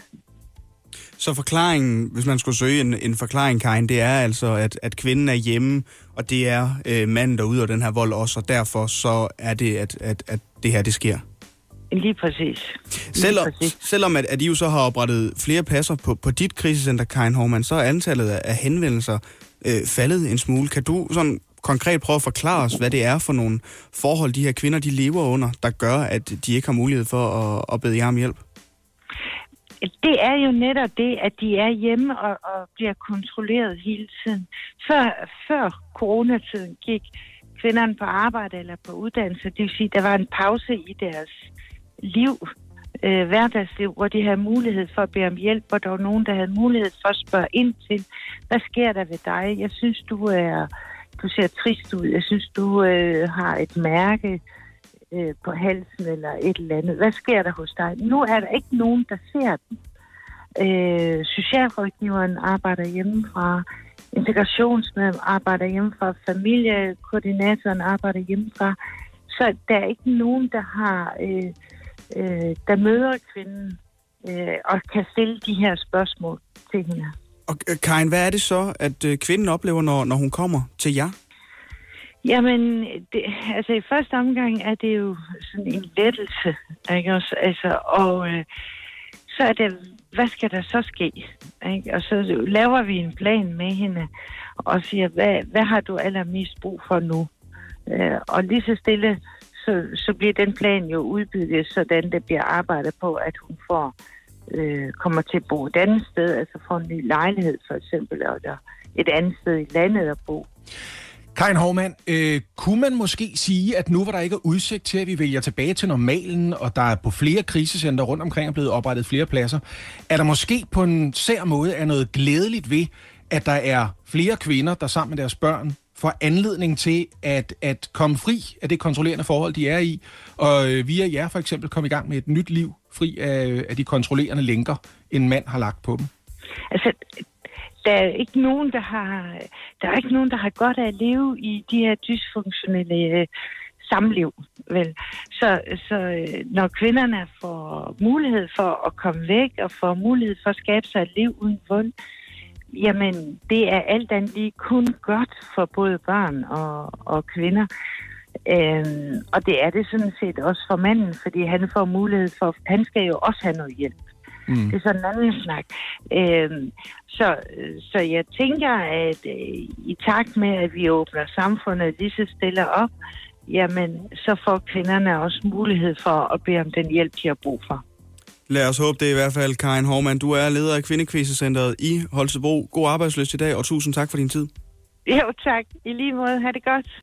Så forklaringen, hvis man skulle søge en, en forklaring, Karin, det er altså, at, at kvinden er hjemme, og det er øh, manden, der udøver den her vold også, og derfor så er det, at, at, at det her, det sker. Lige præcis. Lige selvom præcis. selvom at, at I jo så har oprettet flere pladser på, på dit krisecenter, Karin Hovmand, så er antallet af henvendelser øh, faldet en smule. Kan du sådan konkret prøve at forklare os, hvad det er for nogle forhold, de her kvinder, de lever under, der gør, at de ikke har mulighed for at, at bede jer om hjælp? Det er jo netop det, at de er hjemme og, og bliver kontrolleret hele tiden. Før, før coronatiden gik kvinderne på arbejde eller på uddannelse, det vil sige, at der var en pause i deres liv, øh, hverdagsliv, hvor de havde mulighed for at bede om hjælp, hvor der var nogen, der havde mulighed for at spørge ind til, hvad sker der ved dig? Jeg synes, du er, du ser trist ud. Jeg synes, du øh, har et mærke øh, på halsen eller et eller andet. Hvad sker der hos dig? Nu er der ikke nogen, der ser den. Øh, socialrådgiveren arbejder hjemmefra, integrationsmedlem arbejder hjemmefra, familiekoordinatoren arbejder hjemmefra. Så der er ikke nogen, der har øh, øh, der møder kvinden øh, og kan stille de her spørgsmål til hende. Og Karin, hvad er det så, at øh, kvinden oplever, når, når hun kommer til jer? Jamen, det, altså i første omgang er det jo sådan en lettelse, ikke også? Altså, og øh, så er det, hvad skal der så ske? Ikke? Og så laver vi en plan med hende og siger, hvad, hvad har du allermest brug for nu? Øh, og lige så stille, så, så bliver den plan jo udbygget, sådan det bliver arbejdet på, at hun får øh, kommer til at bo et andet sted, altså får en ny lejlighed for eksempel, eller et andet sted i landet at bo. Karin Hovmand, øh, kunne man måske sige, at nu hvor der ikke er udsigt til, at vi vælger tilbage til normalen, og der er på flere krisecenter rundt omkring er blevet oprettet flere pladser, er der måske på en sær måde er noget glædeligt ved, at der er flere kvinder, der sammen med deres børn får anledning til at, at komme fri af det kontrollerende forhold, de er i, og øh, via jer for eksempel komme i gang med et nyt liv, fri af, af de kontrollerende lænker, en mand har lagt på dem? Altså, der er ikke nogen, der har, der er ikke nogen, der har godt af at leve i de her dysfunktionelle øh, samliv, vel? Så, så øh, når kvinderne får mulighed for at komme væk og får mulighed for at skabe sig et liv uden vold, jamen, det er alt andet lige kun godt for både børn og, og kvinder. Øhm, og det er det sådan set også for manden, fordi han får mulighed for, han skal jo også have noget hjælp. Mm. Det er sådan en anden snak. Øhm, så, så jeg tænker, at øh, i takt med, at vi åbner samfundet lige så stille op, jamen, så får kvinderne også mulighed for at bede om den hjælp, de har brug for. Lad os håbe det i hvert fald, Karin Hovmand. Du er leder af Kvindekrisecentret i Holstebro. God arbejdsløst i dag, og tusind tak for din tid. Jo, tak. I lige måde. Ha' det godt.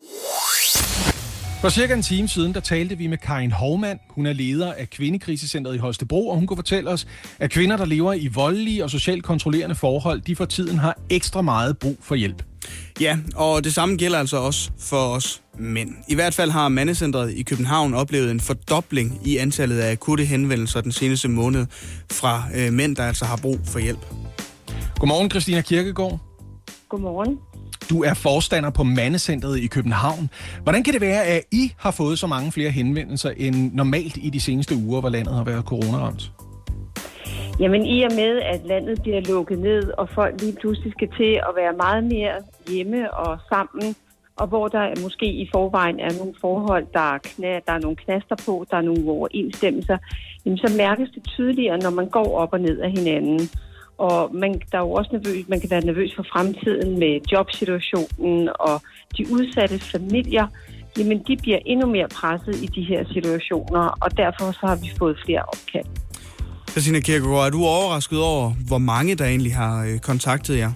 For cirka en time siden, der talte vi med Karin Hovmand. Hun er leder af Kvindekrisecentret i Holstebro, og hun kunne fortælle os, at kvinder, der lever i voldelige og socialt kontrollerende forhold, de for tiden har ekstra meget brug for hjælp. Ja, og det samme gælder altså også for os mænd. I hvert fald har Mandecentret i København oplevet en fordobling i antallet af akutte henvendelser den seneste måned fra øh, mænd, der altså har brug for hjælp. Godmorgen, Christina Kirkegaard. Godmorgen. Du er forstander på Mandecentret i København. Hvordan kan det være, at I har fået så mange flere henvendelser end normalt i de seneste uger, hvor landet har været coronaramt? Jamen i og med, at landet bliver lukket ned, og folk lige pludselig skal til at være meget mere hjemme og sammen, og hvor der måske i forvejen er nogle forhold, der er, knæ, der er nogle knaster på, der er nogle overensstemmelser, jamen så mærkes det tydeligere, når man går op og ned af hinanden. Og man, der er jo også nervøs, man kan være nervøs for fremtiden med jobsituationen, og de udsatte familier, jamen de bliver endnu mere presset i de her situationer, og derfor så har vi fået flere opkald. Christina Kirkegaard, er du overrasket over, hvor mange der egentlig har øh, kontaktet jer?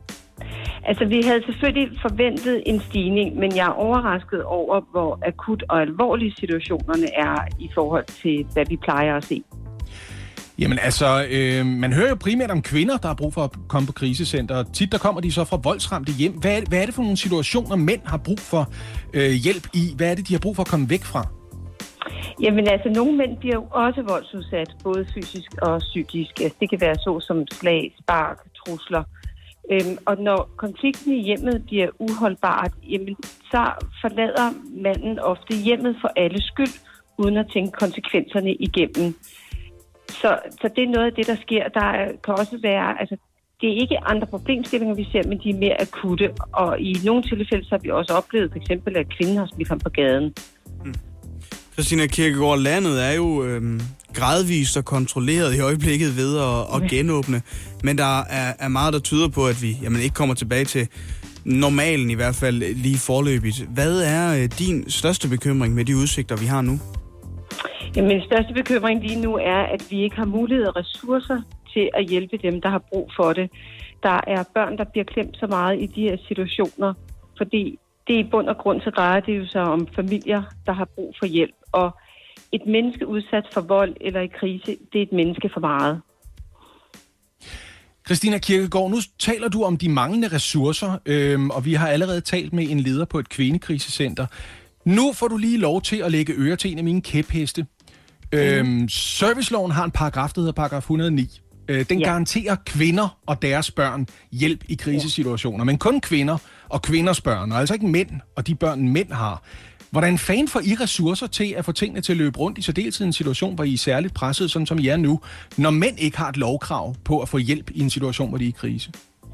Altså, vi havde selvfølgelig forventet en stigning, men jeg er overrasket over, hvor akut og alvorlige situationerne er i forhold til, hvad vi plejer at se. Jamen altså, øh, man hører jo primært om kvinder, der har brug for at komme på krisecenter. Tit der kommer de så fra voldsramte hjem. Hvad er, hvad er det for nogle situationer, mænd har brug for øh, hjælp i? Hvad er det, de har brug for at komme væk fra? Jamen altså, nogle mænd bliver jo også voldsudsat, både fysisk og psykisk. Altså, det kan være så som slag, spark, trusler. Øhm, og når konflikten i hjemmet bliver uholdbart, jamen, så forlader manden ofte hjemmet for alle skyld, uden at tænke konsekvenserne igennem. Så, så det er noget af det, der sker. Der kan også være, altså, det er ikke andre problemstillinger, vi ser, men de er mere akutte. Og i nogle tilfælde, så har vi også oplevet, for eksempel, at kvinden har smidt ham på gaden. Hmm. Christina Kirkegaard, landet er jo øhm, gradvist og kontrolleret i øjeblikket ved at, at genåbne. Men der er, er meget, der tyder på, at vi jamen, ikke kommer tilbage til normalen i hvert fald lige forløbigt. Hvad er øh, din største bekymring med de udsigter, vi har nu? Jamen, min største bekymring lige nu er, at vi ikke har mulighed og ressourcer til at hjælpe dem, der har brug for det. Der er børn, der bliver klemt så meget i de her situationer, fordi det i bund og grund så drejer det jo sig om familier, der har brug for hjælp. Og et menneske udsat for vold eller i krise, det er et menneske for meget. Christina Kirkegaard, nu taler du om de manglende ressourcer, øhm, og vi har allerede talt med en leder på et kvindekrisecenter. Nu får du lige lov til at lægge øre til en af mine kæpheste. Mm. Øhm, serviceloven har en paragraf, der hedder paragraf et hundrede og ni. Øh, den ja. garanterer kvinder og deres børn hjælp i krisesituationer, men kun kvinder og kvinders børn, og altså ikke mænd og de børn, mænd har. Hvordan fanden får I ressourcer til at få tingene til at løbe rundt i særdeleshed en situation, hvor I er særligt presset, sådan som I er nu, når mænd ikke har et lovkrav på at få hjælp i en situation, hvor de er i krise?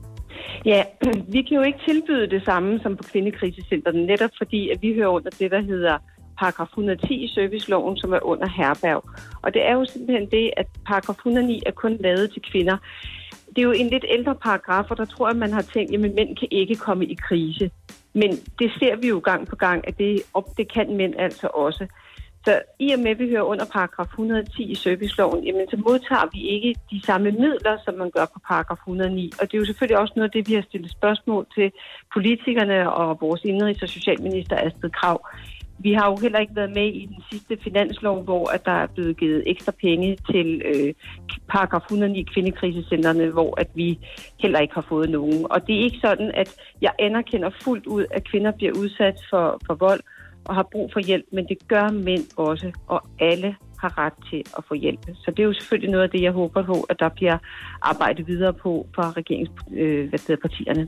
Ja, vi kan jo ikke tilbyde det samme som på kvindekrisecenterne, netop fordi, at vi hører under det, der hedder paragraf et hundrede og ti i serviceloven, som er under herberg. Og det er jo simpelthen det, at paragraf et hundrede og ni er kun lavet til kvinder. Det er jo en lidt ældre paragraf, og der tror jeg, man har tænkt, at mænd kan ikke komme i krise. Men det ser vi jo gang på gang, at det, det kan mænd altså også. Så i og med, at vi hører under paragraf et hundrede og ti i serviceloven, jamen, så modtager vi ikke de samme midler, som man gør på paragraf et hundrede og ni. Og det er jo selvfølgelig også noget af det, vi har stillet spørgsmål til politikerne og vores indrigs- og socialminister Astrid Krag. Vi har jo heller ikke været med i den sidste finanslov, hvor at der er blevet givet ekstra penge til øh, paragraf et hundrede og ni kvindekrisecentrene, hvor at vi heller ikke har fået nogen. Og det er ikke sådan, at jeg anerkender fuldt ud, at kvinder bliver udsat for, for vold og har brug for hjælp, men det gør mænd også, og alle har ret til at få hjælp. Så det er jo selvfølgelig noget af det, jeg håber på, at der bliver arbejdet videre på fra regeringspartierne.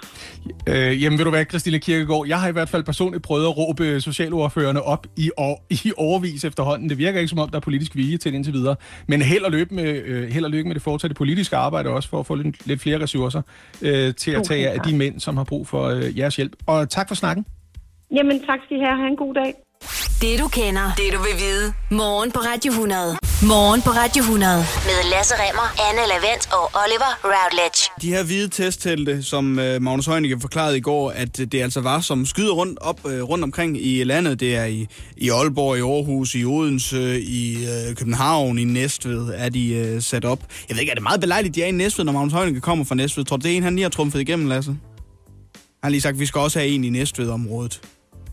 Øh, jamen vil du være, Christina Kirkegaard, jeg har i hvert fald personligt prøvet at råbe socialordførerne op i, år, i overvis efterhånden. Det virker ikke som om, der er politisk vilje til det indtil videre. Men held og lykke med, øh, held og lykke med det fortsatte politiske arbejde også, for at få lidt, lidt flere ressourcer øh, til at tage af de mænd, som har brug for øh, jeres hjælp. Og tak for snakken. Jamen tak skal I have. Ha' en god dag. Det du kender, det du vil vide. Morgen på Radio hundrede. Morgen på Radio hundrede. Med Lasse Remmer, Anne Lavent og Oliver Routledge. De her hvide testtelte, som øh, Magnus Heunicke forklarede i går, at det altså var som skyder rundt op øh, rundt omkring i landet. Det er i, i Aalborg, i Aarhus, i Odense, i øh, København, i Næstved er de øh, sat op. Jeg ved ikke, er det meget belejligt, de er i Næstved, når Magnus Heunicke kommer fra Næstved? Tror du, det er en, han lige har trumfet igennem, Lasse? Han har lige sagt, at vi skal også have en i Næstved-området.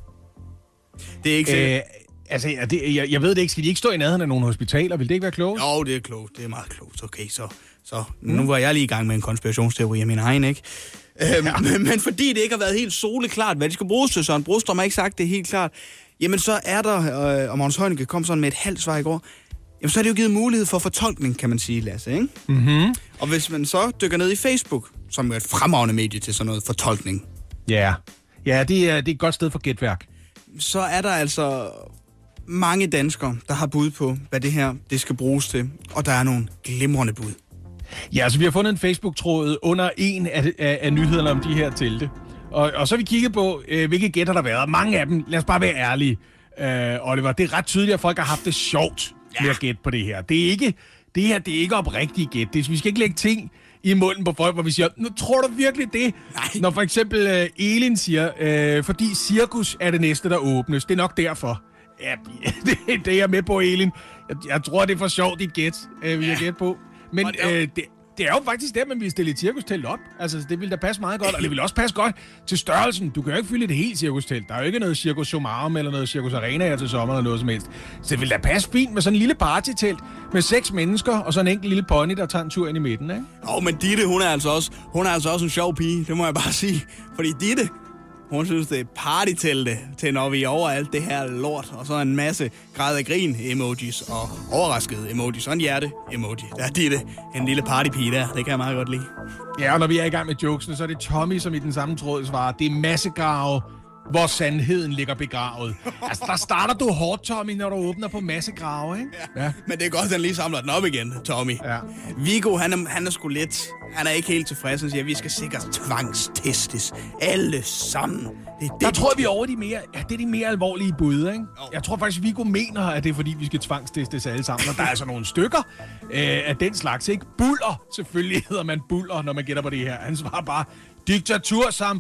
Det er ikke øh, altså, det, jeg, jeg ved det ikke. Skal de ikke stå i nærheden af nogle hospitaler? Vil det ikke være klogt? Jo, det er klogt. Det er meget klogt. Okay, så, så mm. nu var jeg lige i gang med en konspirationsteori af min egen, ikke? Øhm, ja. men, men fordi det ikke har været helt soleklart, hvad de skal bruges til, Søren Brostrøm har ikke sagt det helt klart, jamen så er der, øh, og Magnus Heunicke kom sådan med et halvt svar i går, jamen så er det jo givet mulighed for fortolkning, kan man sige, Lasse, ikke? Mm-hmm. Og hvis man så dykker ned i Facebook, som er et fremragende medie til sådan noget fortolkning. Ja, yeah. ja det, er, det er et godt sted for gætværk. Så er der altså mange danskere, der har bud på, hvad det her det skal bruges til. Og der er nogle glimrende bud. Ja, altså vi har fundet en Facebook-tråd under en af, af, af nyhederne om de her telte. Og, og så har vi kigget på, øh, hvilke gæt har der været. Mange af dem, lad os bare være ærlige, øh, Oliver. Det er ret tydeligt, at folk har haft det sjovt ja. med at gætte på det her. Det er ikke, det her det er ikke oprigtige gæt. Det, vi skal ikke lægge ting i munden på folk, hvor vi siger, nu tror du virkelig det? Nej. Når for eksempel øh, Elin siger, øh, fordi cirkus er det næste, der åbnes. Det er nok derfor. Ja, det, det er jeg med på, Elin. Jeg, jeg tror, det er for sjovt, dit gæt, øh, vi har gæt på. Men øh, det, det er jo faktisk der, man vil stille et cirkustelt op. Altså, det vil da passe meget godt, og det vil også passe godt til størrelsen. Du kan jo ikke fylde et helt cirkustelt. Der er jo ikke noget Circus Somarum eller noget Circus Arena her til sommer eller noget som helst. Så det vil da passe fint med sådan en lille partytelt med seks mennesker og sådan en enkelt lille pony, der tager en tur ind i midten, ikke? Åh, oh, men Ditte, hun er altså også, hun er altså også en sjov pige, det må jeg bare sige. Fordi Ditte, hun synes, det er partytelte til, når vi er over alt det her lort. Og så en masse græd af grin emojis og overraskede emojis og en hjerte-emoji. Der er Ditte, en lille partypige der. Det kan jeg meget godt lide. Ja, og når vi er i gang med jokesene, så er det Tommy, som i den samme tråd svarer. Det er massegrave, hvor sandheden ligger begravet. Altså, der starter du hårdt, Tommy, når du åbner på massegrave, ikke? Ja, ja. Men det er godt, at han lige samler den op igen, Tommy. Ja. Viggo, han er, han er sgu lidt... Han er ikke helt tilfreds. Han siger, at vi skal sikkert tvangstestes. Alle sammen. Det er det, der tror vi over de mere... Ja, det er de mere alvorlige bud, ikke? Oh. Jeg tror faktisk, Viggo mener, at det er fordi, vi skal tvangstestes alle sammen. Og der er altså nogle stykker øh, af den slags, ikke? Buller. Selvfølgelig hedder man buller, når man gætter på det her. Han svarer bare, diktatursamfund.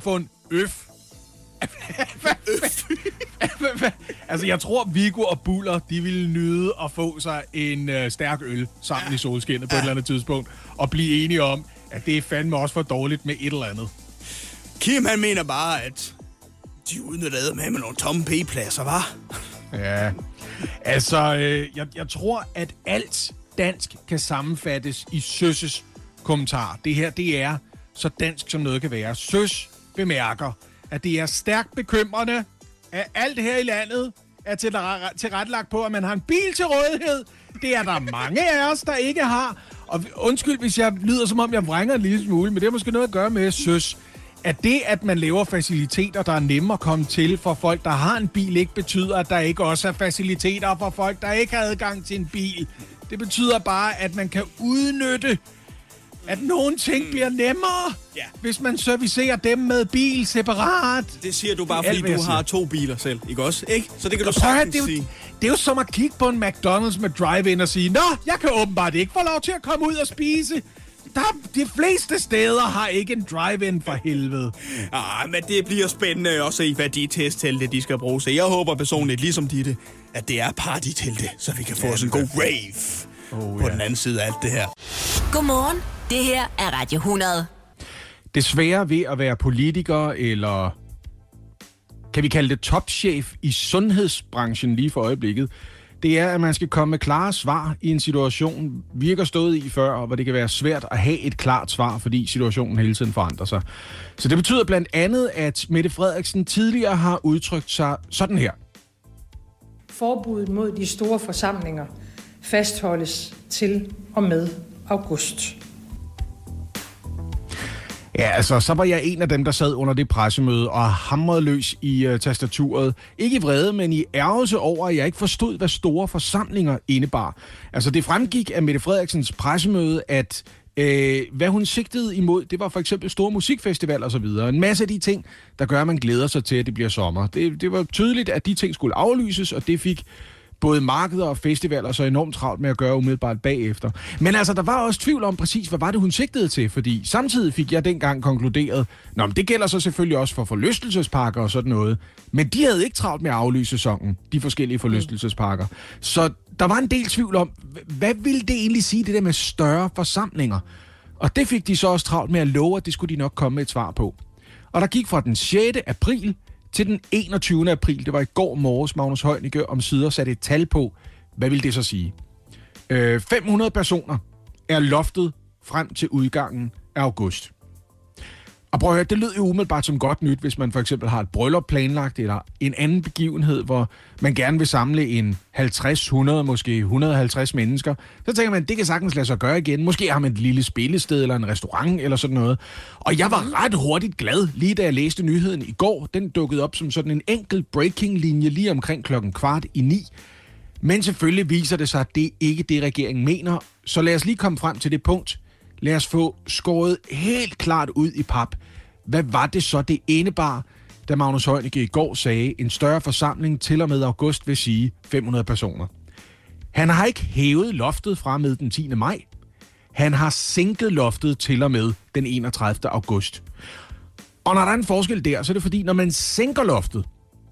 Øf. Altså, jeg tror, Viggo og Buller, de ville nyde at få sig en øh, stærk øl sammen ja. i solskinnet på ja. et eller andet tidspunkt, og blive enige om, at det er fandme også for dårligt med et eller andet. Kim, han mener bare, at de udnyttede med med nogle tomme p-pladser, var? Ja, altså, øh, jeg, jeg tror, at alt dansk kan sammenfattes i Søs' kommentar. Det her, det er så dansk, som noget kan være. Søs bemærker, at det er stærkt bekymrende, at alt her i landet er tilrettelagt på, at man har en bil til rådighed. Det er der mange af os, der ikke har. Og undskyld, hvis jeg lyder, som om jeg vrænger en lille smule, men det har måske noget at gøre med, Søs, at det, at man laver faciliteter, der er nemme at komme til for folk, der har en bil, ikke betyder, at der ikke også er faciliteter for folk, der ikke har adgang til en bil. Det betyder bare, at man kan udnytte, at nogle ting bliver nemmere, ja. hvis man servicerer dem med bil separat. Det siger du bare, fordi alt, du har to biler selv, ikke også? Ikke? Så det kan du sagtens sige. Det, det er jo som at kigge på en McDonald's med drive-in og sige, nå, jeg kan åbenbart ikke få lov til at komme ud og spise. Der, de fleste steder har ikke en drive-in for helvede. Ah, men det bliver spændende at se, hvad de testtelte, de skal bruge. Så jeg håber personligt, ligesom Ditte, at det er partytelte, så vi kan få ja, os en god rave oh, på ja. den anden side af alt det her. Godmorgen. Det her er Radio hundrede. Det svære ved at være politiker, eller kan vi kalde det topchef i sundhedsbranchen lige for øjeblikket, det er, at man skal komme med klare svar i en situation, vi ikke har stået i før, hvor det kan være svært at have et klart svar, fordi situationen hele tiden forandrer sig. Så det betyder blandt andet, at Mette Frederiksen tidligere har udtrykt sig sådan her. Forbuddet mod de store forsamlinger fastholdes til og med august. Ja, altså, så var jeg en af dem, der sad under det pressemøde og hamrede løs i uh, tastaturet. Ikke i vrede, men i ærgelse over, at jeg ikke forstod, hvad store forsamlinger indebar. Altså, det fremgik af Mette Frederiksens pressemøde, at øh, hvad hun sigtede imod, det var for eksempel store musikfestivaler og så videre. En masse af de ting, der gør, at man glæder sig til, at det bliver sommer. Det, det var tydeligt, at de ting skulle aflyses, og det fik både markeder og festivaler så enormt travlt med at gøre umiddelbart bagefter. Men altså, der var også tvivl om præcis, hvad var det, hun sigtede til, fordi samtidig fik jeg dengang konkluderet, nå, men det gælder så selvfølgelig også for forlystelsesparker og sådan noget, men de havde ikke travlt med at aflyse sæsonen, de forskellige forlystelsesparker. Så der var en del tvivl om, hvad ville det egentlig sige, det der med større forsamlinger? Og det fik de så også travlt med at love, at det skulle de nok komme med et svar på. Og der gik fra den sjette april til den enogtyvende april, det var i går morges, Magnus Heunicke om sider satte et tal på. Hvad vil det så sige? Øh, fem hundrede personer er loftet frem til udgangen af august. Og prøv at høre, det lød jo umiddelbart som godt nyt, hvis man for eksempel har et bryllup planlagt, eller en anden begivenhed, hvor man gerne vil samle en halvtreds, hundrede, måske et hundrede og halvtreds mennesker. Så tænker man, det kan sagtens lade sig gøre igen. Måske har man et lille spillested, eller en restaurant, eller sådan noget. Og jeg var ret hurtigt glad, lige da jeg læste nyheden i går. Den dukkede op som sådan en enkelt breaking-linje lige omkring klokken kvart i ni. Men selvfølgelig viser det sig, at det ikke er det, regeringen mener. Så lad os lige komme frem til det punkt. Lad os få skåret helt klart ud i pap. Hvad var det så, det indebar, da Magnus Heunicke i går sagde, en større forsamling til og med august vil sige fem hundrede personer? Han har ikke hævet loftet fra med den tiende maj. Han har sænket loftet til og med den enogtredivte august. Og når der er en forskel der, så er det fordi, når man sænker loftet,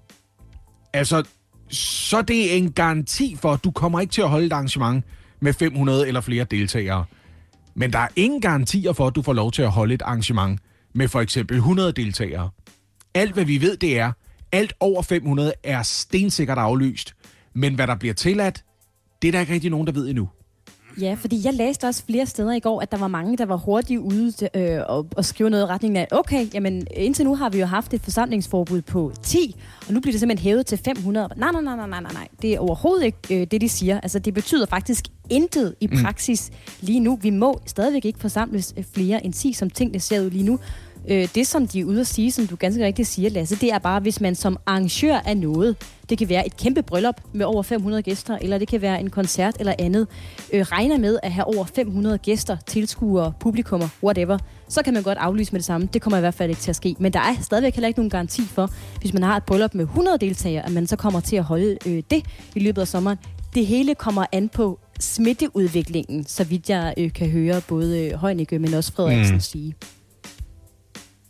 altså, så det er en garanti for, at du kommer ikke til at holde et arrangement med fem hundrede eller flere deltagere. Men der er ingen garantier for, at du får lov til at holde et arrangement med for eksempel hundrede deltagere. Alt, hvad vi ved, det er, alt over fem hundrede er stensikkert aflyst. Men hvad der bliver tilladt, det er der ikke rigtig nogen, der ved endnu. Ja, fordi jeg læste også flere steder i går, at der var mange, der var hurtigt ude øh, og, og skrive noget i retning af, okay, jamen indtil nu har vi jo haft et forsamlingsforbud på ti, og nu bliver det simpelthen hævet til fem hundrede. Nej, nej, nej, nej, nej, nej. Det er overhovedet ikke øh, det, de siger. Altså, det betyder faktisk intet i praksis mm. lige nu. Vi må stadigvæk ikke forsamles flere end ti, som tingene ser ud lige nu. Øh, det, som de er ude at sige, som du ganske rigtigt siger, Lasse, det er bare, hvis man som arrangør af noget, det kan være et kæmpe bryllup med over fem hundrede gæster, eller det kan være en koncert eller andet, øh, regner med at have over fem hundrede gæster, tilskuere, publikummer, whatever, så kan man godt aflyse med det samme. Det kommer i hvert fald ikke til at ske. Men der er stadigvæk heller ikke nogen garanti for, hvis man har et bryllup med hundrede deltagere, at man så kommer til at holde øh, det i løbet af sommeren. Det hele kommer an på smitteudviklingen, så vidt jeg øh, kan høre både øh, Heunicke, men også Frederiksen mm. sige.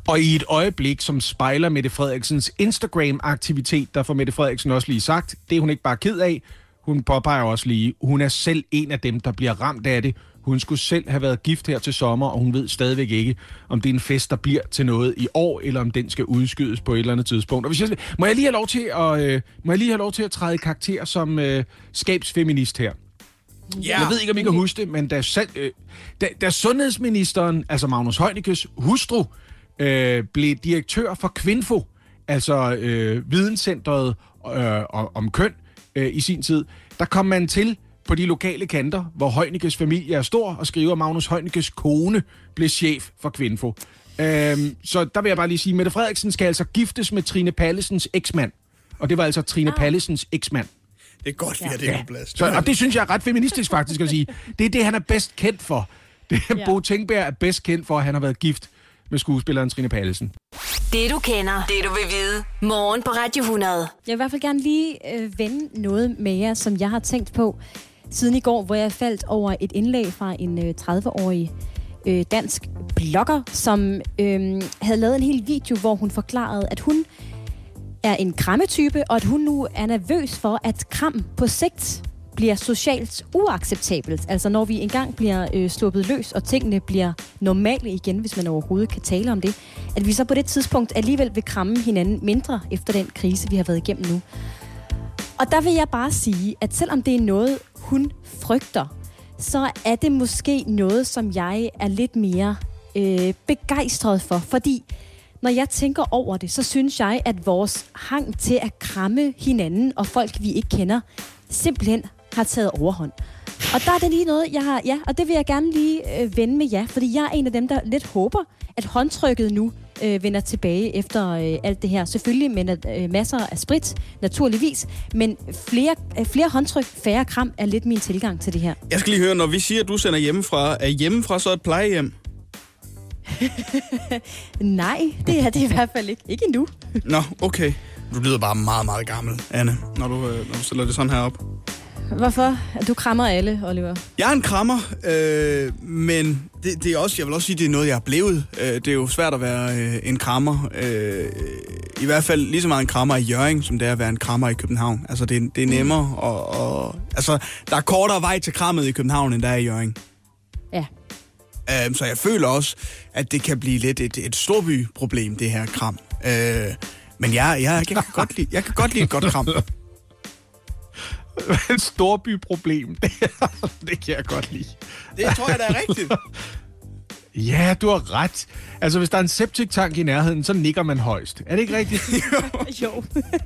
Og i et øjeblik, som spejler Mette Frederiksens Instagram-aktivitet, der får Mette Frederiksen også lige sagt, det er hun ikke bare ked af. Hun påpeger også lige, hun er selv en af dem, der bliver ramt af det. Hun skulle selv have været gift her til sommer, og hun ved stadigvæk ikke, om det er en fest, der bliver til noget i år, eller om den skal udskydes på et eller andet tidspunkt. Og hvis jeg, må, jeg lige have lov til at, øh, må jeg lige have lov til at træde i karakter som øh, skabsfeminist her? Yeah. Jeg ved ikke, om I kan huske det, men da, øh, da, da sundhedsministeren, altså Magnus Heunicke's hustru, øh, blev direktør for Kvinfo, altså øh, videnscentret øh, om køn øh, i sin tid, der kom man til på de lokale kanter, hvor Heunicke's familie er stor, og skriver, at Magnus Heunicke's kone blev chef for Kvinfo. Øhm, så der vil jeg bare lige sige, at Mette Frederiksen skal altså giftes med Trine Pallesens eksmand. Og det var altså Trine ah. Pallesens eksmand. Det er godt, vi har det ja. på plads. Så, og det synes jeg er ret feministisk faktisk at sige. Det er det, han er bedst kendt for. Det er ja. Bo Tingberg er bedst kendt for, at han har været gift med skuespilleren Trine Pallesen. Det du kender, det du vil vide. Morgen på Radio hundrede. Jeg vil i hvert fald gerne lige øh, vende noget med jer, som jeg har tænkt på siden i går, hvor jeg faldt over et indlæg fra en øh, tredive-årig øh, dansk blogger, som øh, havde lavet en hel video, hvor hun forklarede, at hun er en krammetype, og at hun nu er nervøs for, at kram på sigt bliver socialt uacceptabelt. Altså når vi engang bliver øh, sluppet løs, og tingene bliver normale igen, hvis man overhovedet kan tale om det, at vi så på det tidspunkt alligevel vil kramme hinanden mindre efter den krise, vi har været igennem nu. Og der vil jeg bare sige, at selvom det er noget, hun frygter, så er det måske noget, som jeg er lidt mere øh, begejstret for. Fordi når jeg tænker over det, så synes jeg, at vores hang til at kramme hinanden og folk, vi ikke kender, simpelthen har taget overhånd. Og der er det lige noget, jeg har, ja, og det vil jeg gerne lige øh, vende med jer, fordi jeg er en af dem, der lidt håber, at håndtrykket nu øh, vender tilbage efter øh, alt det her. Selvfølgelig med øh, masser af sprit, naturligvis, men flere, øh, flere håndtryk, færre kram er lidt min tilgang til det her. Jeg skal lige høre, når vi siger, at du sender hjemmefra, er hjemmefra så et plejehjem? Nej, det er det i hvert fald ikke. Ikke endnu. Nå, okay. Du lyder bare meget, meget gammel, Anne, når du, øh, når du stiller det sådan her op. Hvorfor? Du krammer alle, Oliver. Jeg er en krammer, øh, men det, det er også, jeg vil også sige, det er noget, jeg er blevet. Øh, det er jo svært at være øh, en krammer. Øh, I hvert fald lige så meget en krammer i Hjørring, som det er at være en krammer i København. Altså, det er, det er nemmere. Og, og, altså, der er kortere vej til krammet i København, end der er i Hjørring. Ja. Øh, så jeg føler også, at det kan blive lidt et, et storbyproblem, det her kram. Øh, men jeg, jeg, jeg, kan godt lide, jeg kan godt lide et godt kram. Et storbyproblem. Det kan jeg godt lide. Det tror jeg, der er rigtigt. Ja, du har ret. Altså, hvis der er en septiktank i nærheden, så nikker man højst. Er det ikke rigtigt? Jo.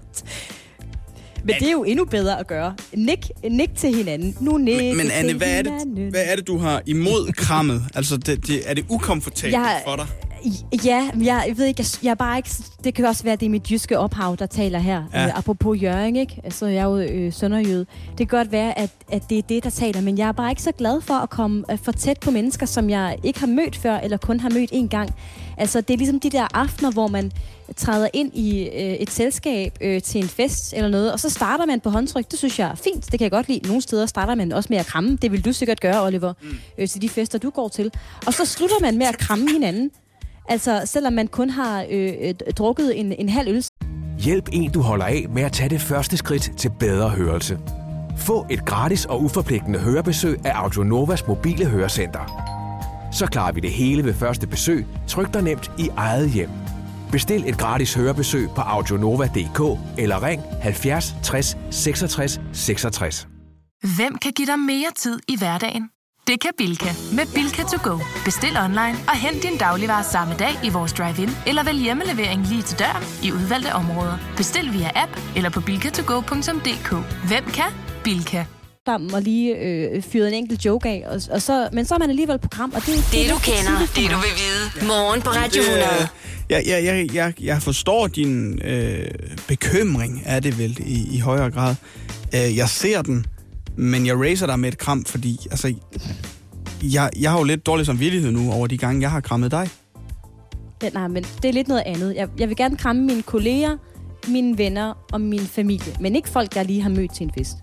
Men det er jo endnu bedre at gøre. Nik, nik til hinanden. Nu nik Men, men Anne, til hvad er, det, hvad er det, du har imod krammet? Altså, det, det, er det ukomfortabelt jeg, for dig? Ja, jeg, jeg ved ikke, jeg, jeg er bare ikke... Det kan også være, det er mit jyske ophav, der taler her. Ja. Øh, apropos Hjørring, ikke? Altså, jeg er jo øh, sønderjyde. Det kan godt være, at, at det er det, der taler, men jeg er bare ikke så glad for at komme uh, for tæt på mennesker, som jeg ikke har mødt før, eller kun har mødt én gang. Altså, det er ligesom de der aftener, hvor man træder ind i øh, et selskab øh, til en fest eller noget, og så starter man på håndtryk. Det synes jeg er fint. Det kan jeg godt lide. Nogle steder starter man også med at kramme. Det vil du sikkert gøre, Oliver, mm. øh, til de fester, du går til. Og så slutter man med at kramme hinanden. Altså, selvom man kun har øh, drukket en, en halv øl. Hjælp en, du holder af med at tage det første skridt til bedre hørelse. Få et gratis og uforpligtende hørebesøg af Audionovas mobile hørecenter. Så klarer vi det hele ved første besøg, tryk dig nemt i eget hjem. Bestil et gratis hørebesøg på audionova punktum d k eller ring halvfjerds tres seksogtres seksogtres. Hvem kan give dig mere tid i hverdagen? Det kan Bilka. Med Bilka to go. Bestil online og hent din dagligvarer samme dag i vores drive-in, eller vælg hjemmelevering lige til døren i udvalgte områder. Bestil via app eller på bilka to go punktum d k. Hvem kan? Bilka. Og lige øh, fyret en enkelt joke af, og, og så, men så er man alligevel på kram, og det, det, det du kender, det du vil vide. Morgen på Radio hundrede. Jeg, jeg, jeg, jeg, jeg forstår din øh, bekymring, er det vel i, i højere grad. Øh, jeg ser den, men jeg racer dig med et kram, fordi altså, jeg, jeg har jo lidt dårlig samvittighed nu over de gange, jeg har krammet dig. Ja, nej, men det er lidt noget andet. Jeg, jeg vil gerne kramme mine kolleger, mine venner og min familie, men ikke folk, jeg lige har mødt til en fest.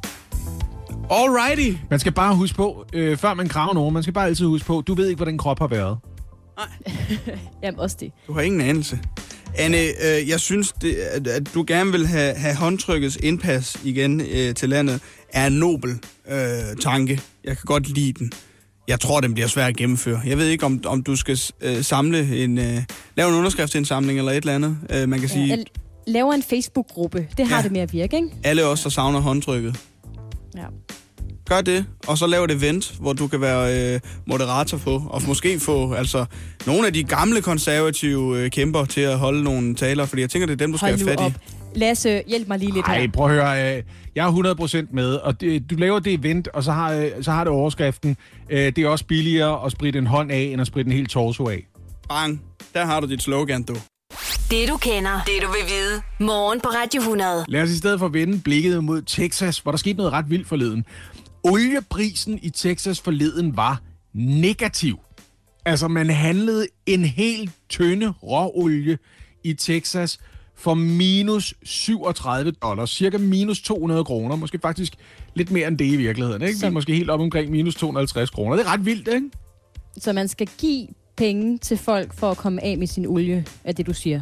Alrighty. Man skal bare huske på, øh, før man krammer nogen, man skal bare altid huske på, du ved ikke, hvordan krop har været. Nej. Jamen, også det. Du har ingen anelse. Anne, øh, jeg synes, det, at, at du gerne vil have, have håndtrykkets indpas igen øh, til landet, er en nobel øh, tanke. Jeg kan godt lide den. Jeg tror, den bliver svær at gennemføre. Jeg ved ikke, om, om du skal øh, samle en, øh, lave en underskriftsindsamling eller et eller andet. Øh, man kan ja, sige... Jeg laver en Facebook-gruppe. Det har ja. det med at virke, ikke? Alle os, der savner håndtrykket. Ja. Gør det, og så lav et event, hvor du kan være øh, moderator på, og måske få altså, nogle af de gamle konservative øh, kæmper til at holde nogle taler, fordi jeg tænker, det er dem, du skal have fat i. Lasse, hjælp mig lige lidt Ej, her. Ej, prøv at høre. Øh, jeg er hundrede procent med, og det, du laver det event, og så har, øh, så har det overskriften. Øh, det er også billigere at spritte en hånd af, end at spritte en hel torso af. Bang, der har du dit slogan, du. Det du kender, det du vil vide. Morgen på Radio hundrede. Lad os i stedet for vende blikket mod Texas, hvor der skete noget ret vildt forleden. Olieprisen i Texas forleden var negativ. Altså, man handlede en helt tønde råolie i Texas for minus syvogtredive dollars. Cirka minus to hundrede kroner. Måske faktisk lidt mere end det i virkeligheden. Ikke? Så... måske helt op omkring minus to hundrede og halvtreds kroner. Det er ret vildt, ikke? Så man skal give penge til folk for at komme af med sin olie, er det, du siger?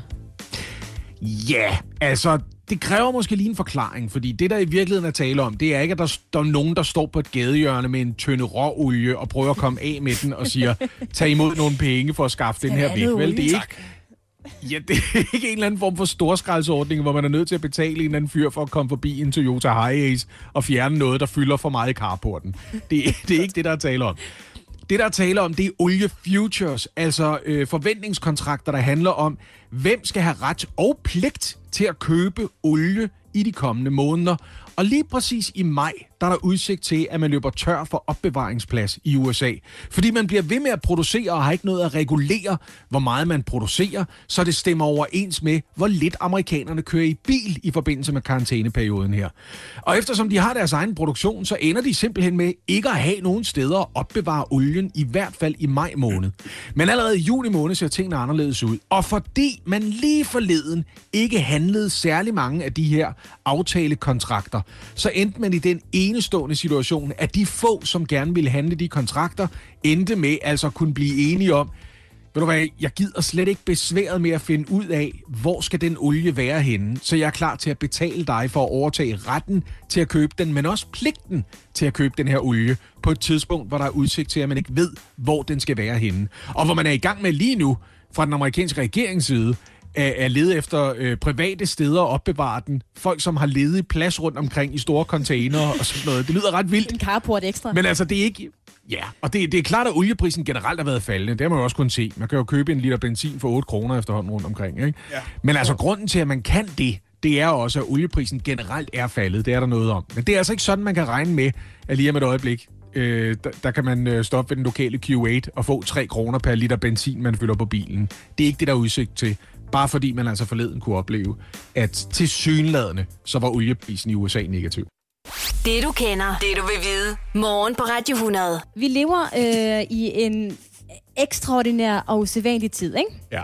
Ja, altså... det kræver måske lige en forklaring, fordi det, der i virkeligheden er tale om, det er ikke, at der, der er nogen, der står på et gadehjørne med en tønde råolie og prøver at komme af med den og siger, tag imod nogle penge for at skaffe den her væk. Vel, det er ikke, ja, det er ikke en eller anden form for storskraldsordning, hvor man er nødt til at betale en eller anden fyr for at komme forbi en Toyota Hiace og fjerne noget, der fylder for meget i carporten. Det, det er ikke det, der er tale om. Det, der er tale om, det er oliefutures, altså øh, forventningskontrakter, der handler om, hvem skal have ret og pligt til at købe olie i de kommende måneder. Og lige præcis i maj, der er der udsigt til, at man løber tør for opbevaringsplads i U S A. Fordi man bliver ved med at producere og har ikke noget at regulere, hvor meget man producerer, så det stemmer overens med, hvor lidt amerikanerne kører i bil i forbindelse med karantæneperioden her. Og eftersom de har deres egen produktion, så ender de simpelthen med ikke at have nogen steder at opbevare olien, i hvert fald i maj måned. Men allerede i juni måned ser tingene anderledes ud. Og fordi man lige forleden ikke handlede særlig mange af de her aftalekontrakter, så endte man i den enestående situation, at de få, som gerne ville handle de kontrakter, endte med altså at kunne blive enige om, ved du hvad, jeg gider slet ikke besværet med at finde ud af, hvor skal den olie være henne, så jeg er klar til at betale dig for at overtage retten til at købe den, men også pligten til at købe den her olie på et tidspunkt, hvor der er udsigt til, at man ikke ved, hvor den skal være henne. Og hvor man er i gang med lige nu, fra den amerikanske regerings side, er lede efter øh, private steder at opbevare den. Folk, som har ledet plads rundt omkring i store containere og sådan noget. Det lyder ret vildt. En carport ekstra. Men altså, det er ikke... Ja, og det, det er klart, at olieprisen generelt har været faldende. Det har man jo også kunnet se. Man kan jo købe en liter benzin for otte kroner efterhånden rundt omkring, ikke? Ja. Men altså, grunden til, at man kan det, det er også, at olieprisen generelt er faldet. Det er der noget om. Men det er altså ikke sådan, man kan regne med, at lige om et øjeblik, øh, der, der kan man øh, stoppe ved den lokale Q otte og få tre kroner per liter benzin, man fylder på bilen. Det er ikke det, der er udsigt til. Bare fordi man altså forleden kunne opleve, at tilsyneladende, så var olieprisen i U S A negativ. Det du kender, det du vil vide. Morgen på Radio hundrede. Vi lever øh, i en ekstraordinær og usædvanlig tid, ikke? Ja.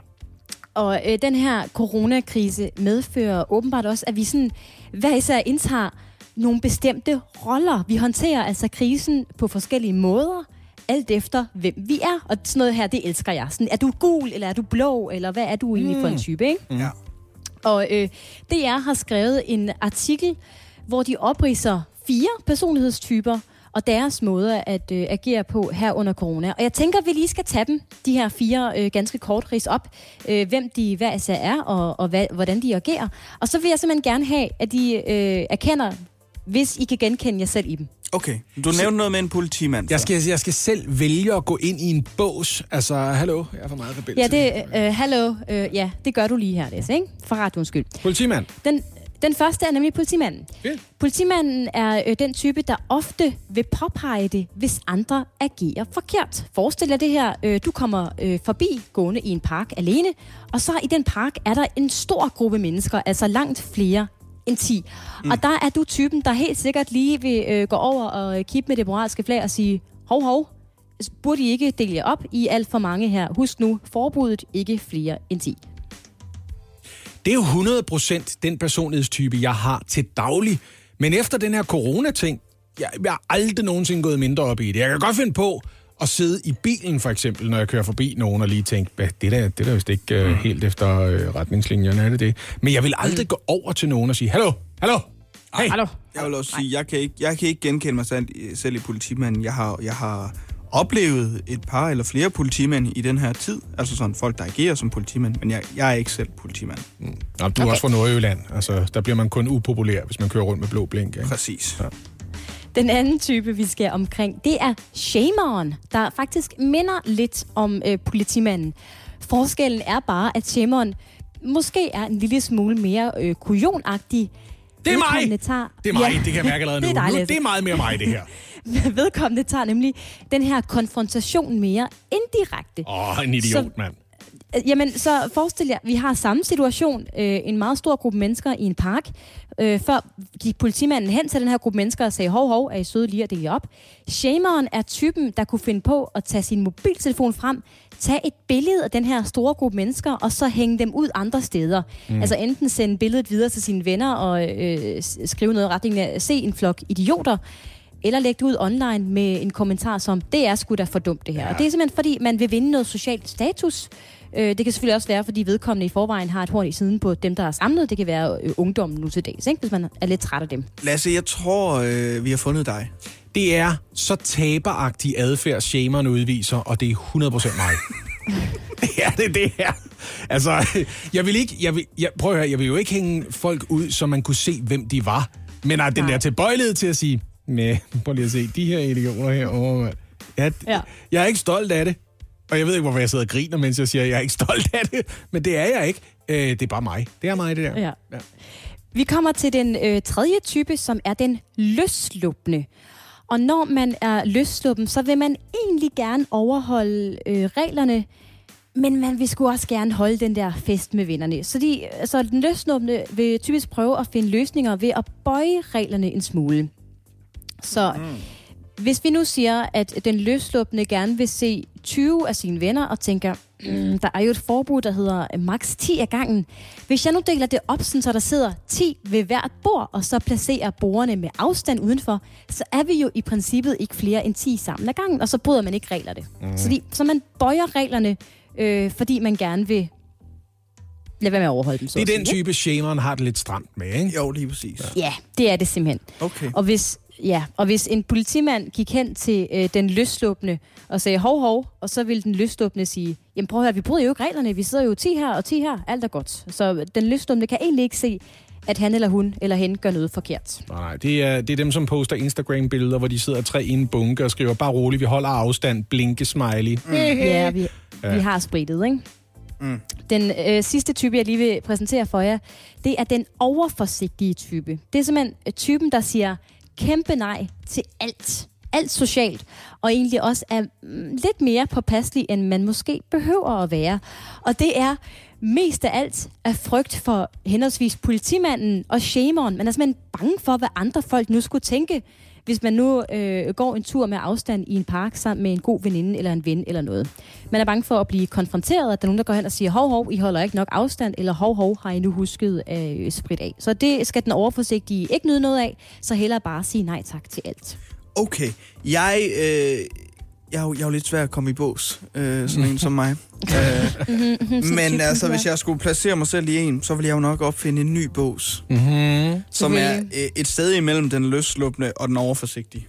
Og øh, den her coronakrise medfører åbenbart også, at vi sådan hver især indtager nogle bestemte roller. Vi håndterer altså krisen på forskellige måder, alt efter, hvem vi er. Og sådan noget her, det elsker jeg. Sådan, er du gul, eller er du blå, eller hvad er du egentlig mm. for en type, ikke? Ja. Og øh, D R har skrevet en artikel, hvor de opridser fire personlighedstyper og deres måder at øh, agere på her under corona. Og jeg tænker, at vi lige skal tage dem, de her fire øh, ganske kort ris op, øh, hvem de hver især er, og, og hvad, hvordan de agerer. Og så vil jeg simpelthen gerne have, at de øh, erkender, hvis I kan genkende jer selv i dem. Okay, du nævnte noget med en politimand. Jeg skal, jeg skal selv vælge at gå ind i en bås. Altså, hallo, jeg er for meget rebel. Ja, det, øh, hallo, øh, ja, det gør du lige her, Lasse, ikke? For radioens skyld. Politimand. Den, den første er nemlig politimanden. Okay. Politimanden er øh, den type, der ofte vil påpege det, hvis andre agerer forkert. Forestil dig det her, øh, du kommer øh, forbi gående i en park alene, og så i den park er der en stor gruppe mennesker, altså langt flere end ti. Mm. Og der er du typen, der helt sikkert lige vil øh, gå over og kippe med det moralske flag og sige, hov, hov, burde I ikke dele jer op i alt for mange her? Husk nu, forbuddet ikke flere end ti. Det er jo hundrede procent den personlighedstype, jeg har til daglig. Men efter den her corona-ting, jeg, jeg har aldrig nogensinde gået mindre op i det. Jeg kan godt finde på at sidde i bilen, for eksempel, når jeg kører forbi nogen, og lige tænke, hvad, det der, det der vist ikke uh, helt efter uh, retningslinjerne, er det det? Men jeg vil aldrig mm. gå over til nogen og sige, hallo, hallo, hey. Hallo. Jeg vil også sige, jeg kan ikke, jeg kan ikke genkende mig selv, selv i politimanden. Jeg har, jeg har oplevet et par eller flere politimænd i den her tid. Altså sådan folk, der agerer som politimænd, men jeg, jeg er ikke selv politimand. Mm. Nå, du er okay. også fra Nordjylland. Altså, der bliver man kun upopulær, hvis man kører rundt med blå blink. Ikke? Præcis. Ja. Den anden type, vi skal omkring, det er shameren, der faktisk minder lidt om øh, politimanden. Forskellen er bare, at shameren måske er en lille smule mere øh, kujonagtig. Det er mig! Tager... Det er mig, ja. det kan jeg mærke allerede nu. Det er, nu. Det er meget mere mig, det her. Vedkommende tager nemlig den her konfrontation mere indirekte. Åh, oh, en idiot, mand. Jamen, så forestil jer, vi har samme situation. Øh, en meget stor gruppe mennesker i en park. Øh, før gik politimanden hen til den her gruppe mennesker og sagde, hov, hov, er I søde lige at dele op? Shameren er typen, der kunne finde på at tage sin mobiltelefon frem, tage et billede af den her store gruppe mennesker, og så hænge dem ud andre steder. Mm. Altså enten sende billedet videre til sine venner og øh, skrive noget i retning af, se en flok idioter, eller lægge det ud online med en kommentar som, det er sgu da for dumt det her. Ja. Og det er simpelthen fordi, man vil vinde noget socialt status. Det kan selvfølgelig også være, fordi vedkommende i forvejen har et horn i siden på dem, der er samlet. Det kan være øh, ungdommen nu til dags, ikke? Hvis man er lidt træt af dem. Lasse, jeg tror, øh, vi har fundet dig. Det er så taberagtig adfærd, shameren udviser, og det er hundrede procent mig. Det er det, det her. Altså, jeg vil ikke, jeg vil, jeg, prøv at høre, jeg vil jo ikke hænge folk ud, så man kunne se, hvem de var. Men er den Nej. der tilbøjelighed til at sige, nej, prøv lige at se, de her idioter herovre, mand. Jeg, ja. jeg er ikke stolt af det. Og jeg ved ikke, hvorfor jeg sidder og griner, mens jeg siger, at jeg er ikke stolt af det. Men det er jeg ikke. Øh, det er bare mig. Det er mig, det der. Ja. Ja. Vi kommer til den øh, tredje type, som er den løsslupne. Og når man er løssluppen, så vil man egentlig gerne overholde øh, reglerne, men man vil sgu også gerne holde den der fest med vennerne. Så, de, så den løsslupne vil typisk prøve at finde løsninger ved at bøje reglerne en smule. Så... Mm. Hvis vi nu siger, at den løsslupne gerne vil se tyve af sine venner og tænker, mm, der er jo et forbud, der hedder maks ti af gangen. Hvis jeg nu deler det op, så der sidder ti ved hvert bord, og så placerer bordene med afstand udenfor, så er vi jo i princippet ikke flere end ti sammen ad gangen, og så bryder man ikke reglerne. Mm. Så, de, så man bøjer reglerne, øh, fordi man gerne vil lade være med at overholde dem. Så det er den type, shameren har det lidt stramt med, ikke? Jo, lige præcis. Ja, ja det er det simpelthen. Okay. Og hvis... Ja, og hvis en politimand gik hen til øh, den løsslupne og sagde hov, hov, og så ville den løsslupne sige, jamen prøv at høre, vi bryder jo ikke reglerne, vi sidder jo ti her og ti her, alt er godt. Så den løsslupne kan egentlig ikke se, at han eller hun eller hende gør noget forkert. Nej, det er, det er dem, som poster Instagram-billeder, hvor de sidder tre i en bunke og skriver, bare roligt, vi holder afstand, blinke, smiley. Mm. Ja, vi, ja, vi har spritet, ikke? Mm. Den øh, sidste type, jeg lige vil præsentere for jer, det er den overforsigtige type. Det er simpelthen typen, der siger, kæmpe nej til alt. Alt socialt. Og egentlig også er mm, lidt mere påpasselig, end man måske behøver at være. Og det er mest af alt af frygt for henholdsvis politimanden og shameren. Man er simpelthen bange for, hvad andre folk nu skulle tænke, hvis man nu øh, går en tur med afstand i en park sammen med en god veninde eller en ven eller noget. Man er bange for at blive konfronteret, at der er nogen, der går hen og siger, hov, hov, I holder ikke nok afstand, eller hov, hov, har I nu husket øh, sprit af. Så det skal den overforsigtige ikke nyde noget af, så hellere bare sige nej tak til alt. Okay, jeg... Øh Jeg er, jo, jeg er jo lidt svær at komme i bås, øh, sådan en som mig. øh, men altså, hvis jeg skulle placere mig selv i en, så ville jeg jo nok opfinde en ny bås. Mm-hmm. Som er øh, et sted imellem den løsslupne og den overforsigtige.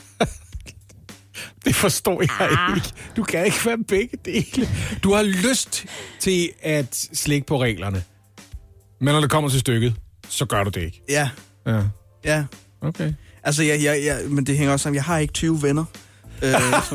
Det forstår jeg ah. ikke. Du kan ikke være begge dele. Du har lyst til at slække på reglerne. Men når det kommer til stykket, så gør du det ikke. Ja. Ja. Ja. Okay. Altså, jeg, jeg, jeg, men det hænger også sammen. Jeg har ikke tyve venner. øh,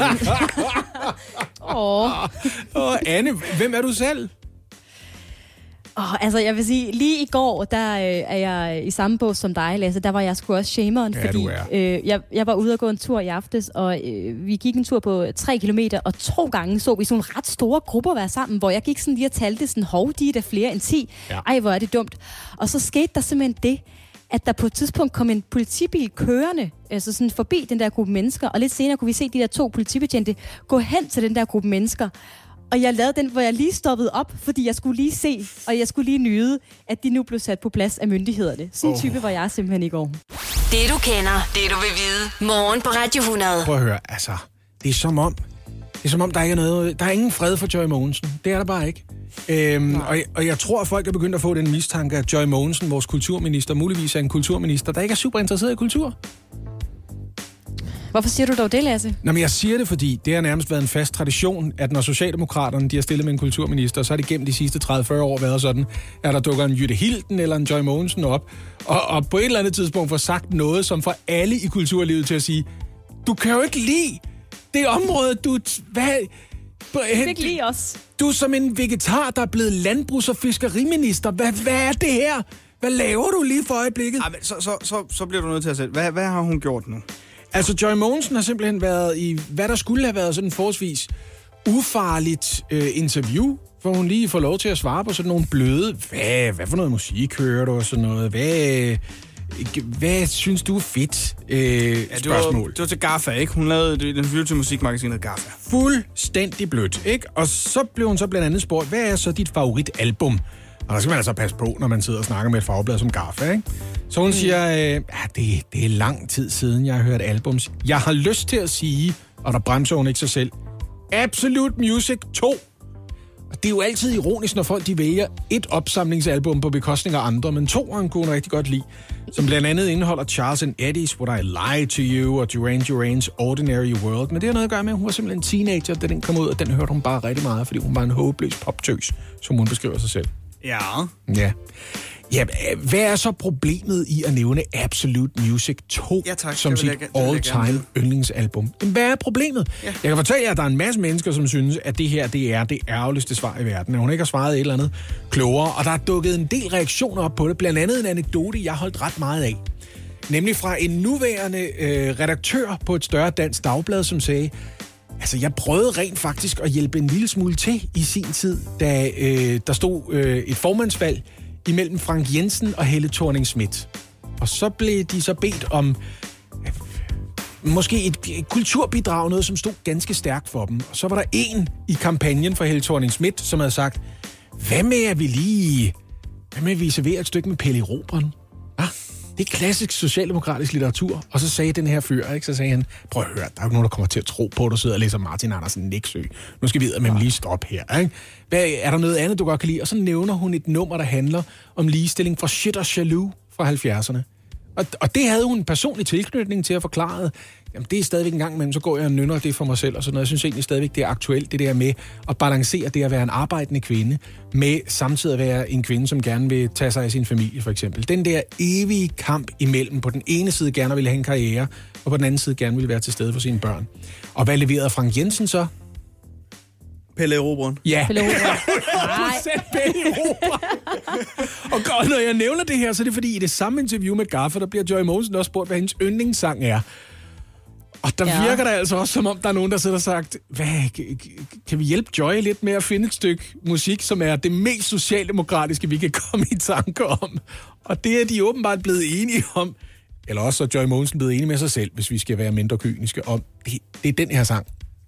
Åh. oh. Anne, hvem er du selv? Oh, altså, jeg vil sige, lige i går, der øh, er jeg i samme bås som dig, Lasse. Der var jeg sgu også shameren, ja, fordi øh, jeg, jeg var ude og gå en tur i aftes, og øh, vi gik en tur på tre kilometer, og to gange så vi sådan nogle ret store grupper være sammen, hvor jeg gik sådan lige og talte sådan, hov, de er der flere end ti. Ja. Ej, hvor er det dumt. Og så skete der simpelthen det, at der på et tidspunkt kom en politibil kørende, altså sådan forbi den der gruppe mennesker, og lidt senere kunne vi se de der to politibetjente gå hen til den der gruppe mennesker. Og jeg lavede den, hvor jeg lige stoppede op, fordi jeg skulle lige se, og jeg skulle lige nyde, at de nu blev sat på plads af myndighederne. Sådan en oh. type var jeg simpelthen i går. Det du kender, det du vil vide. Morgen på Radio hundrede. Prøv at høre, altså, det er som om, Det er som om, der ikke er noget... Der er ingen fred for Joy Mogensen. Det er der bare ikke. Øhm, og, og jeg tror, at folk er begyndt at få den mistanke, at Joy Mogensen, vores kulturminister, muligvis er en kulturminister, der ikke er super interesseret i kultur. Hvorfor siger du dog det, Lasse? Nå, men jeg siger det, fordi det har nærmest været en fast tradition, at når Socialdemokraterne de har stillet med en kulturminister, så har det gennem de sidste tredive til fyrre år været sådan, at der dukker en Jytte Hilden eller en Joy Mogensen op, og, og på et eller andet tidspunkt får sagt noget, som får alle i kulturlivet til at sige, du kan jo ikke lide det område, du... Hvad, du kan ikke lide os. Du er som en vegetar, der er blevet landbrugs- og fiskeriminister. Hvad, hvad er det her? Hvad laver du lige for øjeblikket? Ej, så, så, så, så bliver du nødt til at sætte. Hvad, hvad har hun gjort nu? Altså, Joy Mogensen har simpelthen været i, hvad der skulle have været sådan forholdsvis ufarligt øh, interview, hvor hun lige får lov til at svare på sådan nogle bløde, hvad, hvad for noget musik hører du og sådan noget, hvad, hvad synes du er fedt øh, ja, det spørgsmål. Var, det var til Gaffa, ikke? Hun lavede det, den fyldte til musikmagasinet Gaffa. Fuldstændig blødt, ikke? Og så blev hun så blandt andet spurgt, hvad er så dit favoritalbum? Og der skal man altså passe på, når man sidder og snakker med et fagblad som Gaffa, ikke? Så hun mm. siger, øh, ja, det, det er lang tid siden, jeg har hørt albums. Jeg har lyst til at sige, og der bremser hun ikke sig selv, Absolute Music to. Og det er jo altid ironisk, når folk de vælger et opsamlingsalbum på bekostning af andre, men toeren kunne hun rigtig godt lide, som blandt andet indeholder Charles and Eddie's Would I Lie to You og Duran Duran's Ordinary World. Men det har noget at gøre med, at hun var simpelthen en teenager, da den kom ud, og den hørte hun bare rigtig meget, fordi hun var en håbløs poptøs, som hun beskriver sig selv. Ja. Ja. Ja, hvad er så problemet i at nævne Absolute Music to ja, tak. som sit all-time yndlingsalbum? Hvad er problemet? Ja. Jeg kan fortælle jer, at der er en masse mennesker, som synes, at det her det er det ærgerligste svar i verden. At hun ikke har svaret et eller andet klogere, og der er dukket en del reaktioner op på det. Blandt andet en anekdote, jeg holdt ret meget af. Nemlig fra en nuværende øh, redaktør på et større dansk dagblad, som sagde, altså, jeg prøvede rent faktisk at hjælpe en lille smule til i sin tid, da øh, der stod øh, et formandsvalg imellem Frank Jensen og Helle Thorning-Schmidt. Og så blev de så bedt om øh, måske et, et kulturbidrag, noget som stod ganske stærkt for dem. Og så var der en i kampagnen for Helle Thorning-Schmidt, som havde sagt, hvad med at vi lige... Hvad med at vi serverer et stykke med Pelle Erobreren? Ah, det er klassisk socialdemokratisk litteratur. Og så sagde den her fyr, ikke? Så sagde han, prøv at høre, der er jo ikke nogen, der kommer til at tro på, at du sidder og læser Martin Andersen Nexø. Nu skal vi vide, men lige stop her. Ikke? Hvad, er der noget andet, du godt kan lide? Og så nævner hun et nummer, der handler om ligestilling fra Shit og Jaloux fra halvfjerdserne. Og, og det havde hun en personlig tilknytning til at forklare. Jamen, det er stadigvæk en gang imellem, så går jeg og nynner det for mig selv og sådan noget. Jeg synes egentlig stadigvæk, det er aktuelt, det der med at balancere det at være en arbejdende kvinde, med samtidig at være en kvinde, som gerne vil tage sig af sin familie, for eksempel. Den der evige kamp imellem, på den ene side gerne vil have en karriere, og på den anden side gerne vil være til stede for sine børn. Og hvad leverede Frank Jensen så? Pelle Erobreren. Ja. Pelle Erobreren. Pelle Erobreren. Og godt, når jeg nævner det her, så er det fordi, i det samme interview med Gaffa, der bliver Joy Mogensen også spurgt, hvad hendes yndlingssang er. Og der ja. virker det altså også, som om der er nogen, der sidder og sagt, hvad, kan vi hjælpe Joy lidt med at finde et stykke musik, som er det mest socialdemokratiske, vi kan komme i tanke om? Og det er de åbenbart blevet enige om. Eller også er Joy Mogensen blevet enig med sig selv, hvis vi skal være mindre kyniske om. Det, det er den her sang.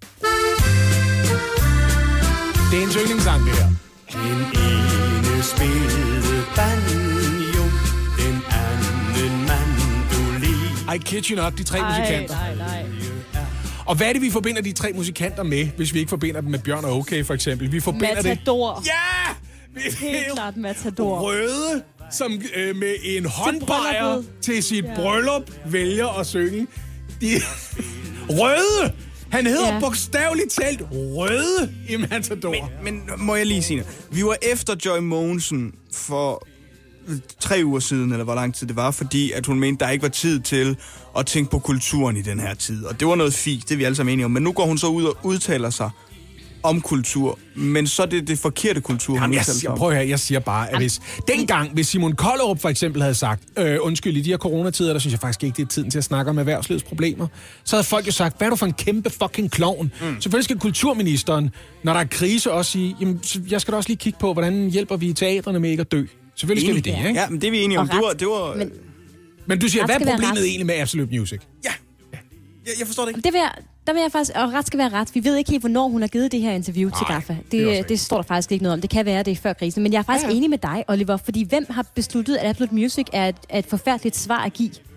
Det er en yndlingssang, det her. Den ene spillede banjo, den anden mandolin. I kid you not, de tre Ej, musikanter. nej, nej. Og hvad er det, vi forbinder de tre musikanter med, hvis vi ikke forbinder dem med Bjørn og OK, for eksempel? Vi forbinder Matador. det... Ja! Helt klart Matador. Røde, som øh, med en håndbrejer til sit ja. bryllup vælger at synge. De... Røde! Han hedder ja. bogstaveligt talt Røde i Matador. Men, men må jeg lige sige noget? Vi var efter Joy Mogensen for tre uger siden, eller hvor lang tid det var, fordi at hun mente, der ikke var tid til at tænke på kulturen i den her tid. Og det var noget fint, det er vi alle sammen enige om. Men nu går hun så ud og udtaler sig om kultur, men så er det det forkerte kultur, Jamen, hun jeg udtaler sig om. Prøv at høre, jeg siger bare, at hvis dengang, hvis Simon Kollerup for eksempel havde sagt, øh, undskyld, i de her coronatider, der synes jeg faktisk ikke, det er tiden til at snakke om erhvervslivets problemer, så havde folk jo sagt, hvad er du for en kæmpe fucking klovn? Mm. Selvfølgelig skal kulturministeren, når der er krise, også sige, jamen, jeg skal da også lige kigge på, hvordan hjælper vi teatrene med ikke at dø. Selvfølgelig skal vi det, ikke? Ja, men det er vi enige om. Ret, det var, det var... Men, men du siger, hvad er problemet ret. egentlig med Absolute Music? Ja, ja. Jeg, jeg forstår det ikke. Det vil jeg, der vil jeg faktisk, og ret skal være ret. Vi ved ikke helt, hvornår hun har givet det her interview Nej, til Gaffa. Det, det, det står der faktisk ikke noget om. Det kan være, det er før krisen. Men jeg er faktisk ja, ja. enig med dig, Oliver, fordi hvem har besluttet, at Absolute Music er et, er et forfærdeligt svar at give?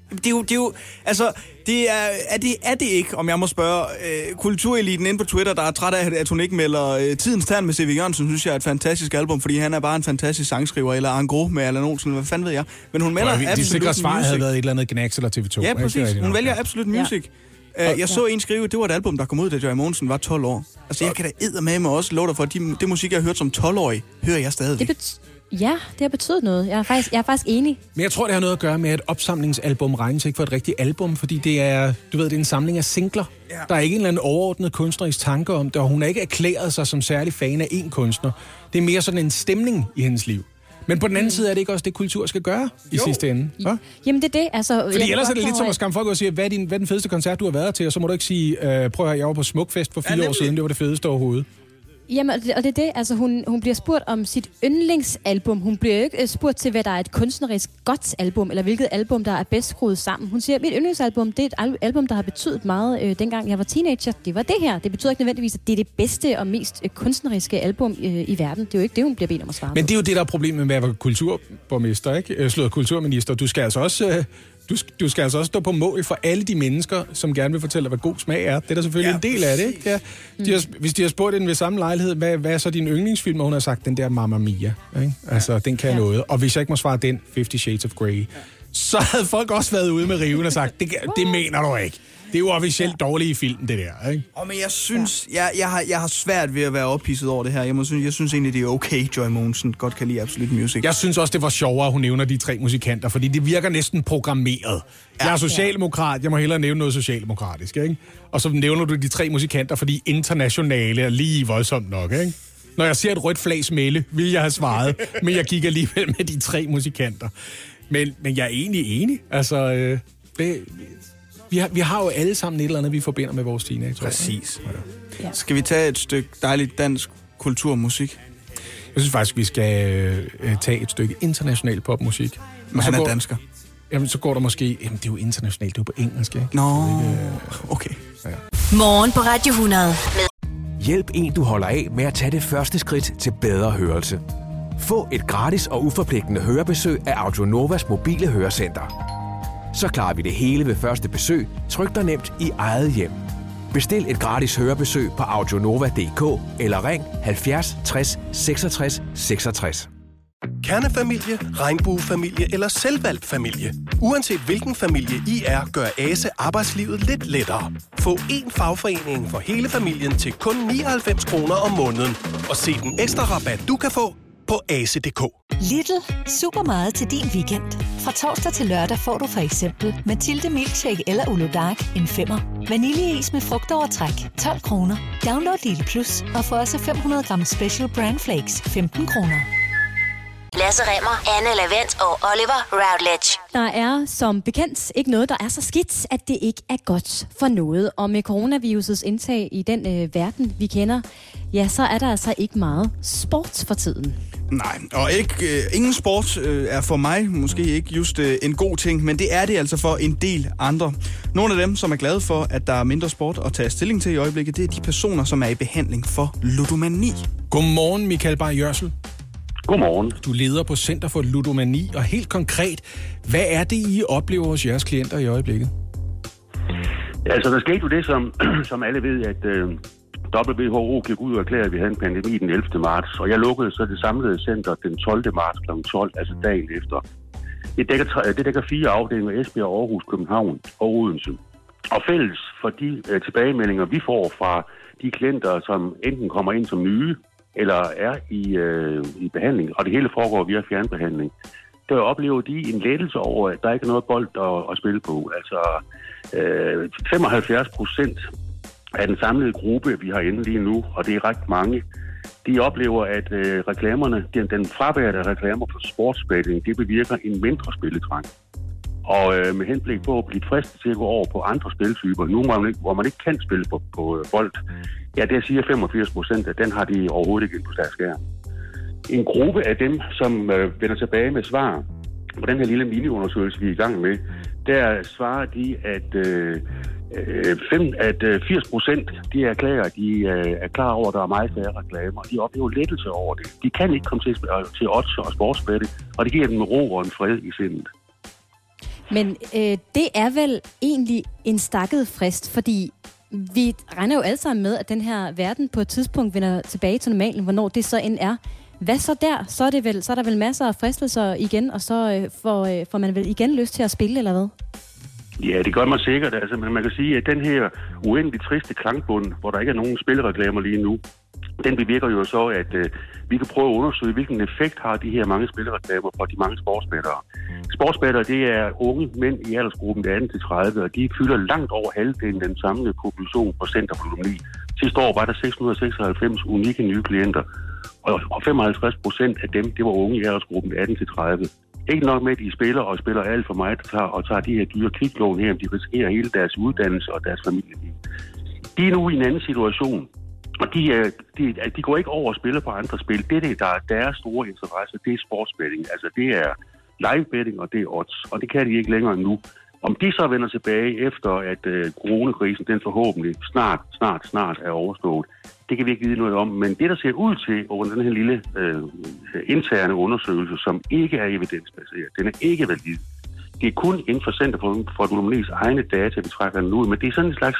Det er jo, det er jo altså, det er, er, det, er det ikke, om jeg må spørge, øh, kultureliten inde på Twitter, der er træt af, at hun ikke melder øh, Tidens Tand med C V Jørgensen, synes jeg er et fantastisk album, fordi han er bare en fantastisk sangskriver, eller Angro med Allan Olsen, hvad fanden ved jeg. Men hun melder Absolute Music. De sikre svar havde været et eller andet Gnax eller T V to. Ja, præcis. Hun vælger Absolute Music. Ja. Uh, jeg så en skrive, det var et album, der kom ud, da Joy Mogensen var tolv år. Altså, jeg kan da eddermame også love dig for, at de, det musik, jeg har hørt som tolv-årig, hører jeg stadig. Det bet- ja, det har betydet noget. Jeg er, faktisk, jeg er faktisk enig. Men jeg tror, det har noget at gøre med, at opsamlingsalbum regnes ikke for et rigtigt album, fordi det er, du ved, det er en samling af singler. Ja. Der er ikke en eller anden overordnet kunstnerisk tanke om det, og hun har ikke erklæret sig som særlig fan af én kunstner. Det er mere sådan en stemning i hendes liv. Men på den anden side er det ikke også det, kultur skal gøre i jo. sidste ende. Hva? Jamen det er det. Altså, fordi ellers er det lidt som at skamme folk og sige, hvad er, din, hvad er den fedeste koncert, du har været til? Og så må du ikke sige, øh, prøv at høre, jeg var på Smukfest for fire ja, år siden, det var det fedeste overhovedet. Jamen, og det er det. Altså, hun, hun bliver spurgt om sit yndlingsalbum. Hun bliver ikke spurgt til, hvad der er et kunstnerisk godt album, eller hvilket album, der er bedst skruet sammen. Hun siger, at mit yndlingsalbum, det er et album, der har betydet meget, øh, dengang jeg var teenager. Det var det her. Det betyder ikke nødvendigvis, at det er det bedste og mest øh, kunstneriske album øh, i verden. Det er jo ikke det, hun bliver bedt om at svare. Men det er jo det, der er problemet med at være kulturborgmester, ikke? Slået kulturminister. Du skal altså også... Øh Du, du skal altså også stå på mål for alle de mennesker, som gerne vil fortælle, hvad god smag er. Det er der selvfølgelig ja, en del af det, ikke? Ja. De har, hvis de har spurgt hende ved samme lejlighed, hvad, hvad er så din yndlingsfilm, og hun har sagt, den der Mamma Mia. Ikke? Altså, ja. den kan ja. noget. Og hvis jeg ikke må svare den, Fifty Shades of Grey, ja. så havde folk også været ude med riven og sagt, det, det mener du ikke. Det er jo officielt ja. dårligt i filmen, det der, ikke? Oh, men jeg synes, ja. jeg, jeg, har, jeg har svært ved at være ophidset over det her. Jeg, må synes, jeg synes egentlig, det er okay, Joy Mogensen godt kan lide Absolute Music. Jeg synes også, det var sjovere, at hun nævner de tre musikanter, fordi det virker næsten programmeret. Ja. Jeg er socialdemokrat, jeg må hellere nævne noget socialdemokratisk, ikke? Og så nævner du de tre musikanter, fordi internationale er lige voldsomt nok, ikke? Når jeg ser et rødt flag smelle, vil jeg have svaret, men jeg kigger alligevel med de tre musikanter. Men, men jeg er egentlig enig. Altså, øh, det... Vi har, vi har jo alle sammen et eller andet, vi forbinder med vores teenager. Præcis. Ja. Skal vi tage et stykke dejligt dansk kulturmusik? Jeg synes faktisk, vi skal øh, tage et stykke international popmusik. Men han er går, dansker. Jamen, så går der måske... Jamen, det er jo internationalt, det er jo på engelsk, ikke? Nå, ikke, øh, okay. Ja. Morgen på Radio hundrede. Hjælp en, du holder af med at tage det første skridt til bedre hørelse. Få et gratis og uforpligtende hørebesøg af Audionovas mobile hørecenter. Så klarer vi det hele ved første besøg, tryk dig nemt i eget hjem. Bestil et gratis hørebesøg på audionova punktum d k eller ring halvfjerds tres seksogtres seksogtres. Kernefamilie, regnbuefamilie eller selvvalgt familie. Uanset hvilken familie I er, gør ASE arbejdslivet lidt lettere. Få én fagforening for hele familien til kun nioghalvfems kroner om måneden. Og se den ekstra rabat, du kan få på ase punktum d k. Lidl. Super meget til din weekend. Fra torsdag til lørdag får du for eksempel Mathilde Milkshake eller Ulo Dark en femmer. Vaniljeis med frugtovertræk tolv kroner. Download Lidl Plus og få også fem hundrede gram Special Brand Flakes femten kroner. Lasse Remmer, Anne Lavent og Oliver Routledge. Der er som bekendt ikke noget, der er så skidt, at det ikke er godt for noget. Og med coronavirusets indtag i den øh, verden, vi kender, ja, så er der altså ikke meget sport for tiden. Nej, og ikke, øh, ingen sport øh, er for mig måske ikke just øh, en god ting, men det er det altså for en del andre. Nogle af dem, som er glade for, at der er mindre sport at tage stilling til i øjeblikket, det er de personer, som er i behandling for ludomani. Godmorgen, Michael Bay Jørsel. Godmorgen. Du leder på Center for Ludomani, og helt konkret, hvad er det, I oplever hos jeres klienter i øjeblikket? Ja, altså, der skete jo det, som, som alle ved, at øh, W H O gik ud og erklærede, at vi havde en pandemi den ellevte marts, og jeg lukkede så det samlede center den tolvte marts klokken tolv, altså dagen efter. Det dækker, det dækker fire afdelinger: Esbjerg, Aarhus, København og Odense. Og fælles for de øh, tilbagemeldinger, vi får fra de klienter, som enten kommer ind som nye, eller er i, øh, i behandling, og det hele foregår via fjernbehandling, der oplever de en lettelse over, at der ikke er noget bold at, at spille på. Altså øh, femoghalvfjerds procent af den samlede gruppe, vi har inde lige nu, og det er ret mange, de oplever, at øh, reklamerne, den, den fraværende reklamer for sportsbetting, det bevirker en mindre spilletrang. Og øh, med henblik på at blive fristet til at gå over på andre spiltyper, nu hvor man ikke, hvor man ikke kan spille på, på bold, ja, det siger femogfirs procent, at den har de overhovedet ikke på deres skærm. En gruppe af dem, som øh, vender tilbage med svar på den her lille mini-undersøgelse, vi er i gang med, der svarer de, at, øh, fem, at øh, firs procent de erklærer, at de øh, er klar over, at der er meget færre reklamer, og de oplever lettelse over det. De kan ikke komme til, til odds og sportsbette, og det giver dem ro og en fred i sindet. Men øh, det er vel egentlig en stakket frist, fordi vi regner jo alle sammen med, at den her verden på et tidspunkt vender tilbage til normalen, hvornår det så end er. Hvad så der? Så er, det vel, så er der vel masser af fristelser igen, og så øh, får, øh, får man vel igen lyst til at spille, eller hvad? Ja, det gør man sikkert. Altså, men man kan sige, at den her uendelig triste klangbund, hvor der ikke er nogen spillereklamer lige nu, den bevirker jo så, at øh, vi kan prøve at undersøge, hvilken effekt har de her mange spillereklamer på de mange sportsspillere. Sportsspillere, det er unge mænd i aldersgruppen atten til tredive, og de fylder langt over halvdelen af den samlede population på Center for Ludomani. Sidste år var der seks hundrede seksoghalvfems unikke nye klienter, og femoghalvtreds procent af dem, det var unge i aldersgruppen atten til tredive. Ikke nok med, at de spiller og spiller alt for meget og tager de her dyre kviklån her, de risikerer hele deres uddannelse og deres familieliv. De er nu i en anden situation. Og de, de, de går ikke over og spiller på andre spil. Det, der er deres store interesse, det er sportsbetting. Altså det er live betting, og det er odds. Og det kan de ikke længere nu. Om de så vender tilbage efter, at øh, coronakrisen, den forhåbentlig snart, snart, snart er overstået, det kan vi ikke vide noget om. Men det, der ser ud til over den her lille øh, interne undersøgelse, som ikke er evidensbaseret, den er ikke valid. Det er kun inden for Center for, for Ludomanis egne data, vi trækker den ud. Men det er sådan en slags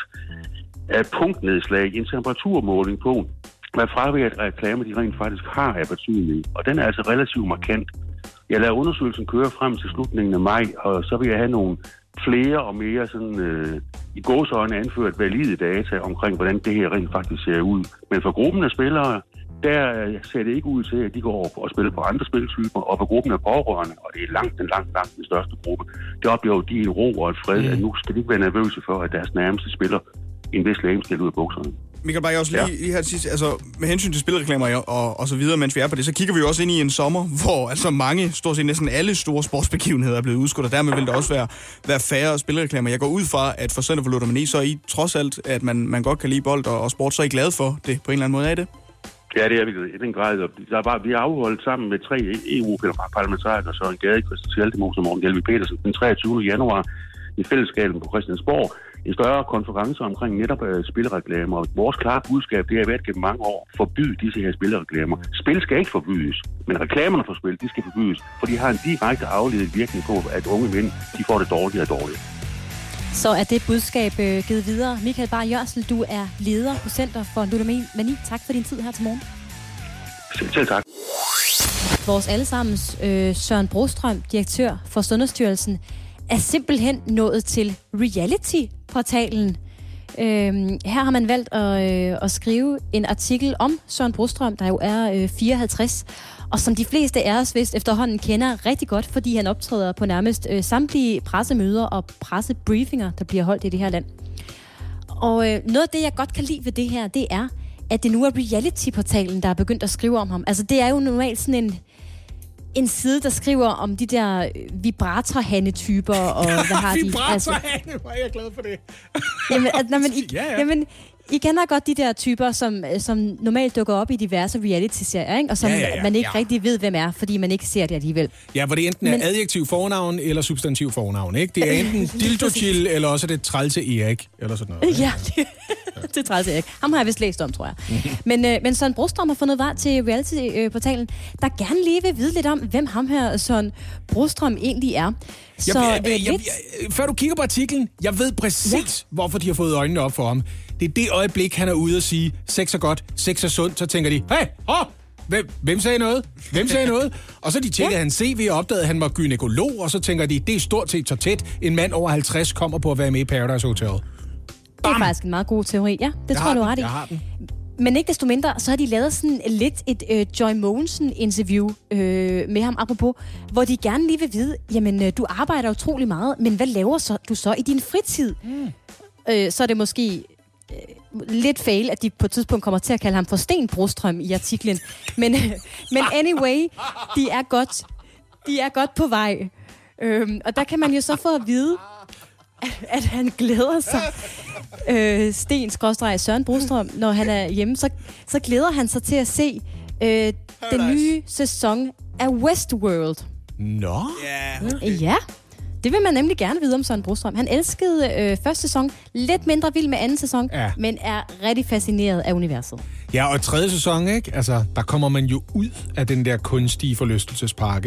af punktnedslag, en temperaturmåling på, hvad fraværet af reklamer de rent faktisk har af betydning. Og den er altså relativt markant. Jeg lader undersøgelsen køre frem til slutningen af maj, og så vil jeg have nogle flere og mere sådan, øh, i gåseøjne anført valide data omkring, hvordan det her rent faktisk ser ud. Men for gruppen af spillere, der ser det ikke ud til, at de går over og spiller på andre spiltyper, og for gruppen af pårørende, og det er langt, den langt, langt den største gruppe, det oplever de en ro og et fred, mm. at nu skal de ikke være nervøse for, at deres nærmeste spiller en vis lægemstil ud af bukserne. Michael Bayer, også lige, ja. lige her til sidst, altså med hensyn til spilreklamer og, og så videre, mens vi er på det, så kigger vi jo også ind i en sommer, hvor altså mange, stort set næsten alle store sportsbegivenheder er blevet udskudt, og dermed vil der også være, være færre spilreklamer. Jeg går ud fra, at for Center for Ludomani, så er I trods alt, at man, man godt kan lide bold og, og sport, så er I glade for det på en eller anden måde, er det? Ja, det er vi i den grad. Der er bare, vi har afholdt sammen med tre E U-parlamentarikere, så en Gade, Christian Schaldemose og Morten Hjelvig Petersen, den treogtyvende januar i fællesskabet på Christiansborg, en større konference omkring netop uh, spilreklamer. Og vores klare budskab, det har været gennem mange år, forbyde disse her spilreklamer. Spil skal ikke forbydes, men reklamerne for spil, de skal forbydes, for de har en direkte afledet virkning på, at unge mænd, de får det dårligere og dårligere. Så er det budskab øh, givet videre. Michael Bayer Jørsel, du er leder på Center for Ludomani. Tak for din tid her til morgen. Selv, selv tak. Vores allesammens øh, Søren Brostrøm, direktør for Sundhedsstyrelsen, er simpelthen nået til reality-portalen. Øhm, her har man valgt at, øh, at skrive en artikel om Søren Brostrøm, der jo er øh, fireoghalvtreds, og som de fleste af os vist efterhånden kender rigtig godt, fordi han optræder på nærmest øh, samtlige pressemøder og pressebriefinger, der bliver holdt i det her land. Og øh, noget af det, jeg godt kan lide ved det her, det er, at det nu er reality-portalen, der er begyndt at skrive om ham. Altså, det er jo normalt sådan en... en side, der skriver om de der vibratorhande-typer, og hvad har de? Vibratorhande, hvor er jeg glad for det. Jamen, at, når man, I, ja, ja. jamen, I kender godt de der typer, som, som normalt dukker op i diverse reality-serier, ikke? Og som ja, ja, ja. man ikke ja. rigtig ved, hvem er, fordi man ikke ser det alligevel. Ja, hvor det enten Men, er adjektiv fornavn eller substantiv fornavn, ikke? Det er enten dildo-chill, eller også er det trælse Erik, eller sådan noget. Ikke? Ja, det, det er trælse Erik. Ham har jeg vist læst om, tror jeg. men, øh, men Søren Brostrøm har fundet vej til reality-portalen, der gerne lige vil vide lidt om, hvem ham her Søren Brostrøm egentlig er. Så jeg, jeg, jeg, jeg, jeg, før du kigger på artiklen, jeg ved præcis, ja. hvorfor de har fået øjnene op for ham. Det er det øjeblik, han er ude og sige, sex er godt, sex er sundt, så tænker de, hey, oh, hvem, hvem sagde noget? Hvem sagde noget? Og så de tjekkede ja. hans C V og opdagede, at han var gynekolog, og så tænker de, det er stort set så tæt, en mand over halvtreds kommer på at være med i Paradise Hotel. Bam! Det er faktisk en meget god teori, ja. Det jeg tror jeg, du har ret i. Jeg har den. Men ikke desto mindre, så har de lavet sådan lidt et øh, Joy Mogensen-interview øh, med ham, apropos, hvor de gerne lige vil vide, jamen, øh, du arbejder utrolig meget, men hvad laver så, du så i din fritid? Mm. Øh, så er det måske øh, lidt fail, at de på et tidspunkt kommer til at kalde ham for Sten Brostrøm i artiklen. Men, øh, men anyway, de er godt, de er godt på vej. Øh, og der kan man jo så få at vide, at han glæder sig, øh, Sten skråstreg Søren Brostrøm, når han er hjemme, så, så glæder han sig til at se øh, den nye sæson af Westworld. Nå? Yeah. Okay. Ja, det vil man nemlig gerne vide om Søren Brostrøm. Han elskede øh, første sæson, lidt mindre vild med anden sæson, ja. men er rigtig fascineret af universet. Ja, og tredje sæson, ikke? Altså, der kommer man jo ud af den der kunstige forlystelsespark, ikke?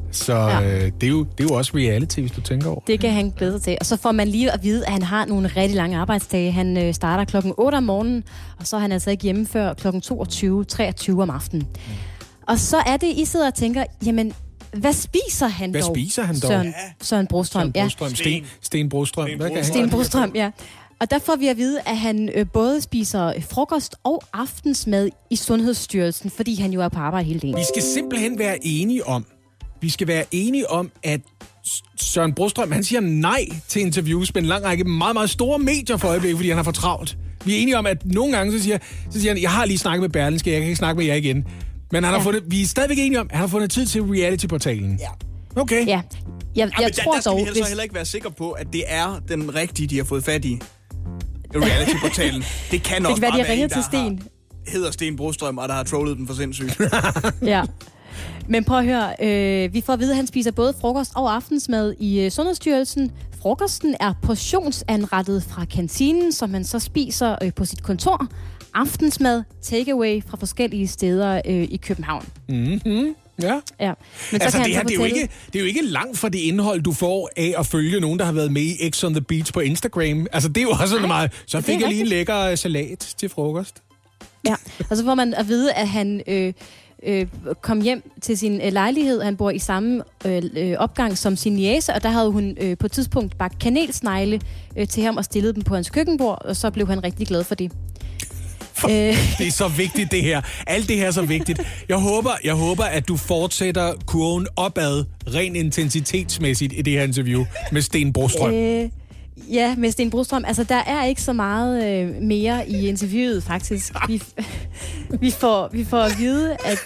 Så ja. øh, det, er jo, det er jo også reality, hvis du tænker over. Det kan han glæde sig til. Og så får man lige at vide, at han har nogle rigtig lange arbejdsdage. Han øh, starter klokken otte om morgenen, og så er han altså ikke hjemme før klokken toogtyve treogtyve om aftenen. Mm. Og så er det, I sidder og tænker, jamen, hvad spiser han hvad dog? Hvad spiser han dog? Søren, Søren Brostrøm. Søren Brostrøm. Ja. Sten, Sten Brostrøm. Hvad kan han? Sten Brostrøm, ja. Og der får vi at vide, at han øh, både spiser frokost og aftensmad i Sundhedsstyrelsen, fordi han jo er på arbejde hele dagen. Vi skal simpelthen være enige om, vi skal være enige om, at Søren Brostrøm, han siger nej til interviews med en lang række meget, meget store medier for øjeblikket, fordi han har for travlt. Vi er enige om, at nogle gange så siger, så siger han, jeg har lige snakket med Berlingske, jeg kan ikke snakke med jer igen. Men han har ja. fundet, vi er stadigvæk enige om, at han har fundet tid til reality-portalen. Ja. Okay. Ja. Jeg, jeg ja, tror der, der skal dog, vi hvis... heller ikke være sikre på, at det er den rigtige, de har fået fat i. Reality-portalen. Det kan også bare være, være en, der til Sten. Har, hedder Sten Brostrøm, og der har trollet den for sindssygt. Ja. Men prøv at høre, øh, vi får at vide, at han spiser både frokost og aftensmad i øh, Sundhedsstyrelsen. Frokosten er portionsanrettet fra kantinen, som man så spiser øh, på sit kontor. Aftensmad, takeaway fra forskellige steder øh, i København. Mm-hmm. Ja. ja. Men så altså, kan det, her, så det, er jo ikke, det er jo ikke langt fra det indhold, du får af at følge nogen, der har været med i X on the Beach på Instagram. Altså, det er jo også sådan meget. Så fik jeg lige en lækker salat til frokost. Ja, og så får man at vide, at han øh, øh, kom hjem til sin øh, lejlighed. Han bor i samme øh, øh, opgang som sin niece, og der havde hun øh, på et tidspunkt bagt kanelsnegle øh, til ham og stillet dem på hans køkkenbord, og så blev han rigtig glad for det. Det er så vigtigt, det her. Alt det her er så vigtigt. Jeg håber, jeg håber, at du fortsætter kurven opad, rent intensitetsmæssigt, i det her interview med Sten Brostrøm. Øh, ja, med Sten Brostrøm. Altså, der er ikke så meget øh, mere i interviewet, faktisk. Vi, vi, får, vi får at vide, at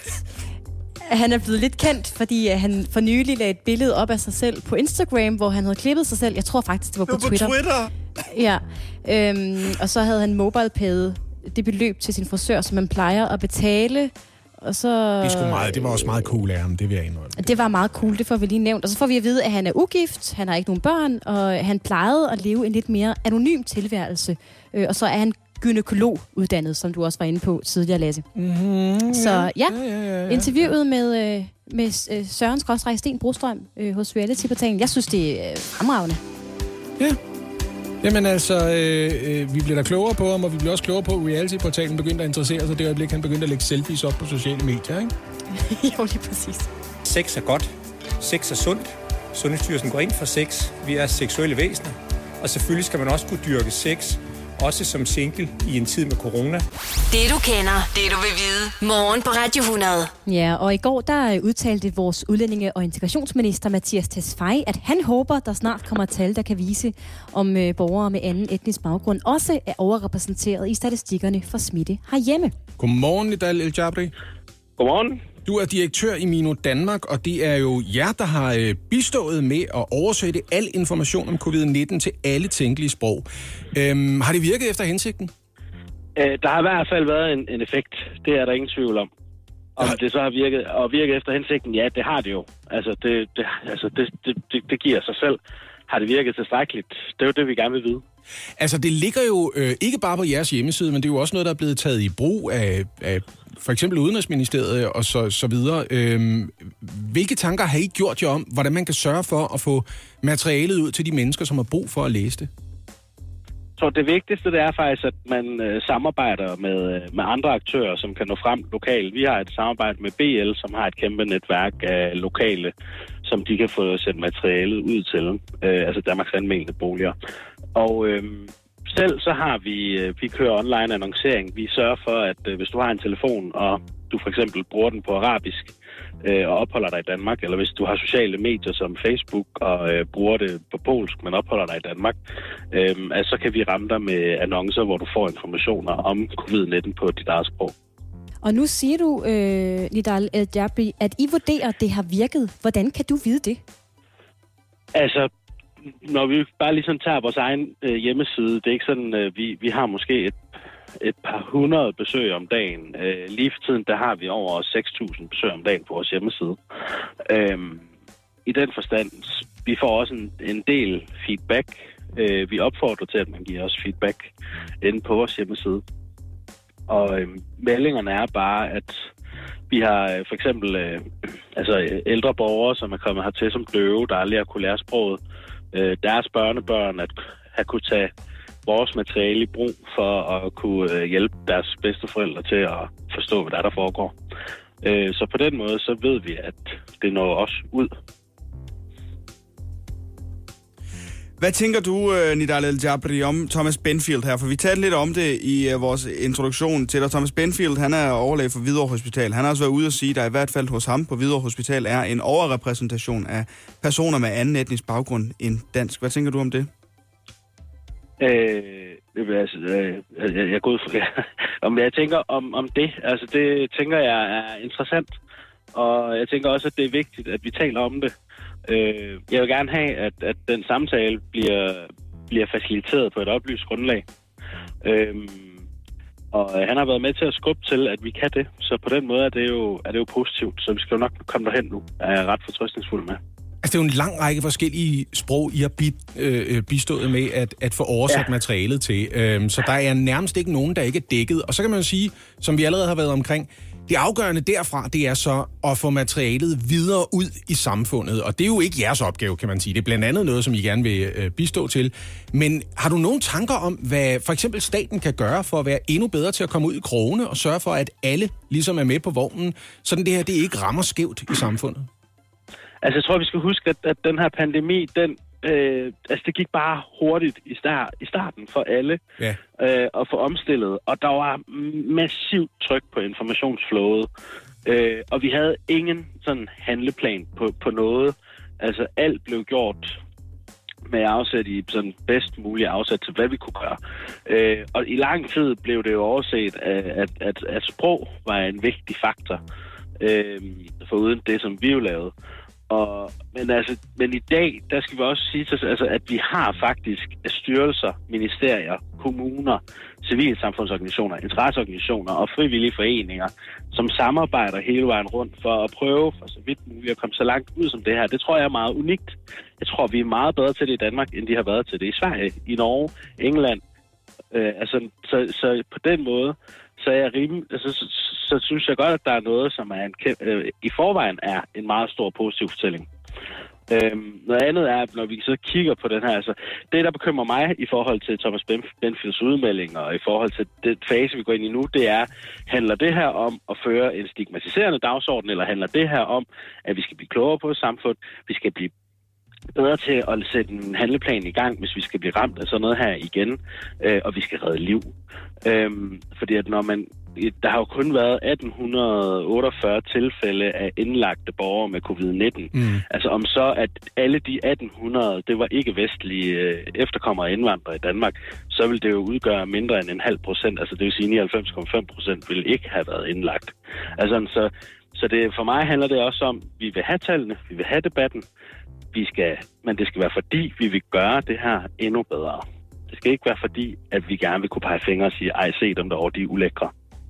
han er blevet lidt kendt, fordi han for nylig lagde et billede op af sig selv på Instagram, hvor han havde klippet sig selv. Jeg tror faktisk, det var på, på Twitter. Twitter. Ja, øhm, og så havde han mobilepayet det beløb til sin frisør, som man plejer at betale. Og så... Det, er sgu meget, det var også meget cool af ham, det vil jeg indrømme. Det var meget cool, det får vi lige nævnt. Og så får vi at vide, at han er ugift, han har ikke nogen børn, og han plejede at leve en lidt mere anonym tilværelse. Øh, og så er han gynekolog uddannet, som du også var inde på tidligere, Lasse. Mm-hmm, så ja, ja, ja, ja, ja. interviewet med, øh, med øh, Søren Skråstreg Sten Brostrøm øh, hos Reality-portalen. Jeg synes, det er øh, fremragende. Ja. Jamen altså, øh, øh, vi bliver da klogere på ham, og vi bliver også klogere på, at reality-portalen begyndte at interessere sig det øjeblik, han begyndte at lægge selfies op på sociale medier, ikke? Jo, lige præcis. Sex er godt. Sex er sundt. Sundhedsstyrelsen går ind for sex. Vi er seksuelle væsener. Og selvfølgelig skal man også kunne dyrke sex, også som single i en tid med corona. Det du kender, det du vil vide. Morgen på Radio hundrede. Ja, og i går der udtalte vores udlændinge- og integrationsminister Mattias Tesfaye, at han håber, der snart kommer tal, der kan vise, om øh, borgere med anden etnisk baggrund også er overrepræsenteret i statistikkerne for smitte herhjemme. Godmorgen, Nidal El Jabri. Godmorgen. Du er direktør i Mino Danmark, og det er jo jer, der har øh, bistået med at oversætte al information om covid nitten til alle tænkelige sprog. Øhm, har det virket efter hensigten? Æh, der har i hvert fald været en, en effekt. Det er der ingen tvivl om. Om ja. det så har virket, og virket efter hensigten, ja, det har det jo. Altså, det, det, altså det, det, det, det giver sig selv. Har det virket tilstrækkeligt? Det er jo det, vi gerne vil vide. Altså, det ligger jo øh, ikke bare på jeres hjemmeside, men det er jo også noget, der er blevet taget i brug af, af for eksempel Udenrigsministeriet og så, så videre. Øhm, hvilke tanker har I gjort jer om, hvordan man kan sørge for at få materialet ud til de mennesker, som har brug for at læse det? Så det vigtigste, det er faktisk, at man øh, samarbejder med, med andre aktører, som kan nå frem lokalt. Vi har et samarbejde med B L, som har et kæmpe netværk af lokale, som de kan få sendt materialet ud til, øh, altså Danmarks Almene Boliger. Og øh, selv så har vi, øh, vi kører online annoncering. Vi sørger for, at øh, hvis du har en telefon, og du for eksempel bruger den på arabisk, øh, og opholder dig i Danmark, eller hvis du har sociale medier som Facebook, og øh, bruger det på polsk, men opholder dig i Danmark, øh, altså, så kan vi ramme dig med annoncer, hvor du får informationer om covid nitten på dit eget sprog. Og nu siger du, øh, Nidal El Jabri, at I vurderer, at det har virket. Hvordan kan du vide det? Altså, når vi bare ligesom tager vores egen øh, hjemmeside, det er ikke sådan, øh, vi, vi har måske et, et par hundrede besøg om dagen. Øh, lige for tiden, der har vi over seks tusind besøg om dagen på vores hjemmeside. Øh, I den forstand, vi får også en, en del feedback. Øh, vi opfordrer til, at man giver os feedback inde på vores hjemmeside. Og øh, meldingerne er bare, at Vi har øh, for eksempel øh, altså, ældre borgere, som er kommet hertil som døve, der aldrig har kunne lære sproget. Øh, deres børnebørn at have kunne tage vores materiale i brug for at kunne øh, hjælpe deres bedsteforældre til at forstå, hvad der, er, der foregår. Øh, så på den måde, så ved vi, at det når også ud. Hvad tænker du, Nidal El-Jabri, om Thomas Benfield her? For vi talte lidt om det i vores introduktion til dig. Thomas Benfield, han er overlæge for Hvidovre Hospital. Han har også været ude at sige, at der i hvert fald hos ham på Hvidovre Hospital er en overrepræsentation af personer med anden etnisk baggrund end dansk. Hvad tænker du om det? Øh, altså, øh, jeg, jeg går ud fra om jeg tænker om, om det. Altså, det tænker jeg er interessant. Og jeg tænker også, at det er vigtigt, at vi taler om det. Øh, jeg vil gerne have, at, at den samtale bliver, bliver faciliteret på et oplyst grundlag. Øh, og han har været med til at skubbe til, at vi kan det. Så på den måde er det jo, er det jo positivt. Så vi skal jo nok komme derhen nu. Jeg er ret fortrøstningsfuld med. Altså, det er jo en lang række forskellige sprog, I har bid, øh, bistået med at, at få oversat ja. materialet til. Øh, så der er nærmest ikke nogen, der ikke er dækket. Og så kan man jo sige, som vi allerede har været omkring, det afgørende derfra, det er så at få materialet videre ud i samfundet. Og det er jo ikke jeres opgave, kan man sige. Det er blandt andet noget, som I gerne vil øh, bistå til. Men har du nogle tanker om, hvad for eksempel staten kan gøre for at være endnu bedre til at komme ud i krogene og sørge for, at alle ligesom er med på vognen, sådan det her det ikke rammer skævt i samfundet? Altså, jeg tror, vi skal huske, at, at den her pandemi, den, øh, altså, det gik bare hurtigt i, start, i starten for alle ja. øh, at få omstillet. Og der var massivt tryk på informationsflowet. Øh, og vi havde ingen sådan handleplan på, på noget. Altså, alt blev gjort med afsæt i sådan bedst mulige afsæt til, hvad vi kunne gøre. Øh, og i lang tid blev det jo overset, at, at, at, at sprog var en vigtig faktor. Øh, foruden det, som vi jo lavede. Og, men, altså, men i dag, der skal vi også sige, altså, at vi har faktisk styrelser, ministerier, kommuner, civilsamfundsorganisationer, interesseorganisationer og frivillige foreninger, som samarbejder hele vejen rundt for at prøve for så vidt muligt at komme så langt ud som det her. Det tror jeg er meget unikt. Jeg tror, vi er meget bedre til det i Danmark, end de har været til det i Sverige, i Norge, England. Øh, altså, så, så på den måde, så er jeg rimelig, altså, så, så synes jeg godt, at der er noget, som er en, øh, i forvejen er en meget stor positiv fortælling. Øhm, noget andet er, når vi så kigger på den her, altså det, der bekymrer mig i forhold til Thomas Benfields udmelding og i forhold til den fase, vi går ind i nu, det er, handler det her om at føre en stigmatiserende dagsorden, eller handler det her om, at vi skal blive klogere på et samfund, vi skal blive bedre til at sætte en handleplan i gang, hvis vi skal blive ramt af sådan noget her igen, øh, og vi skal redde liv. Øhm, fordi at når man, der har jo kun været atten otteogfyrre tilfælde af indlagte borgere med covid nitten. Mm. Altså om så, at alle de atten hundrede, det var ikke vestlige øh, efterkommere og indvandrere i Danmark, så vil det jo udgøre mindre end en halv procent, altså det vil sige nioghalvfems komma fem procent vil ikke have været indlagt. Altså så, så det, for mig handler det også om, vi vil have tallene, vi vil have debatten, vi skal, men det skal være fordi, vi vil gøre det her endnu bedre. Det skal ikke være fordi, at vi gerne vil kunne pege fingre og sige, ej, se dem derovre, de er ulækre.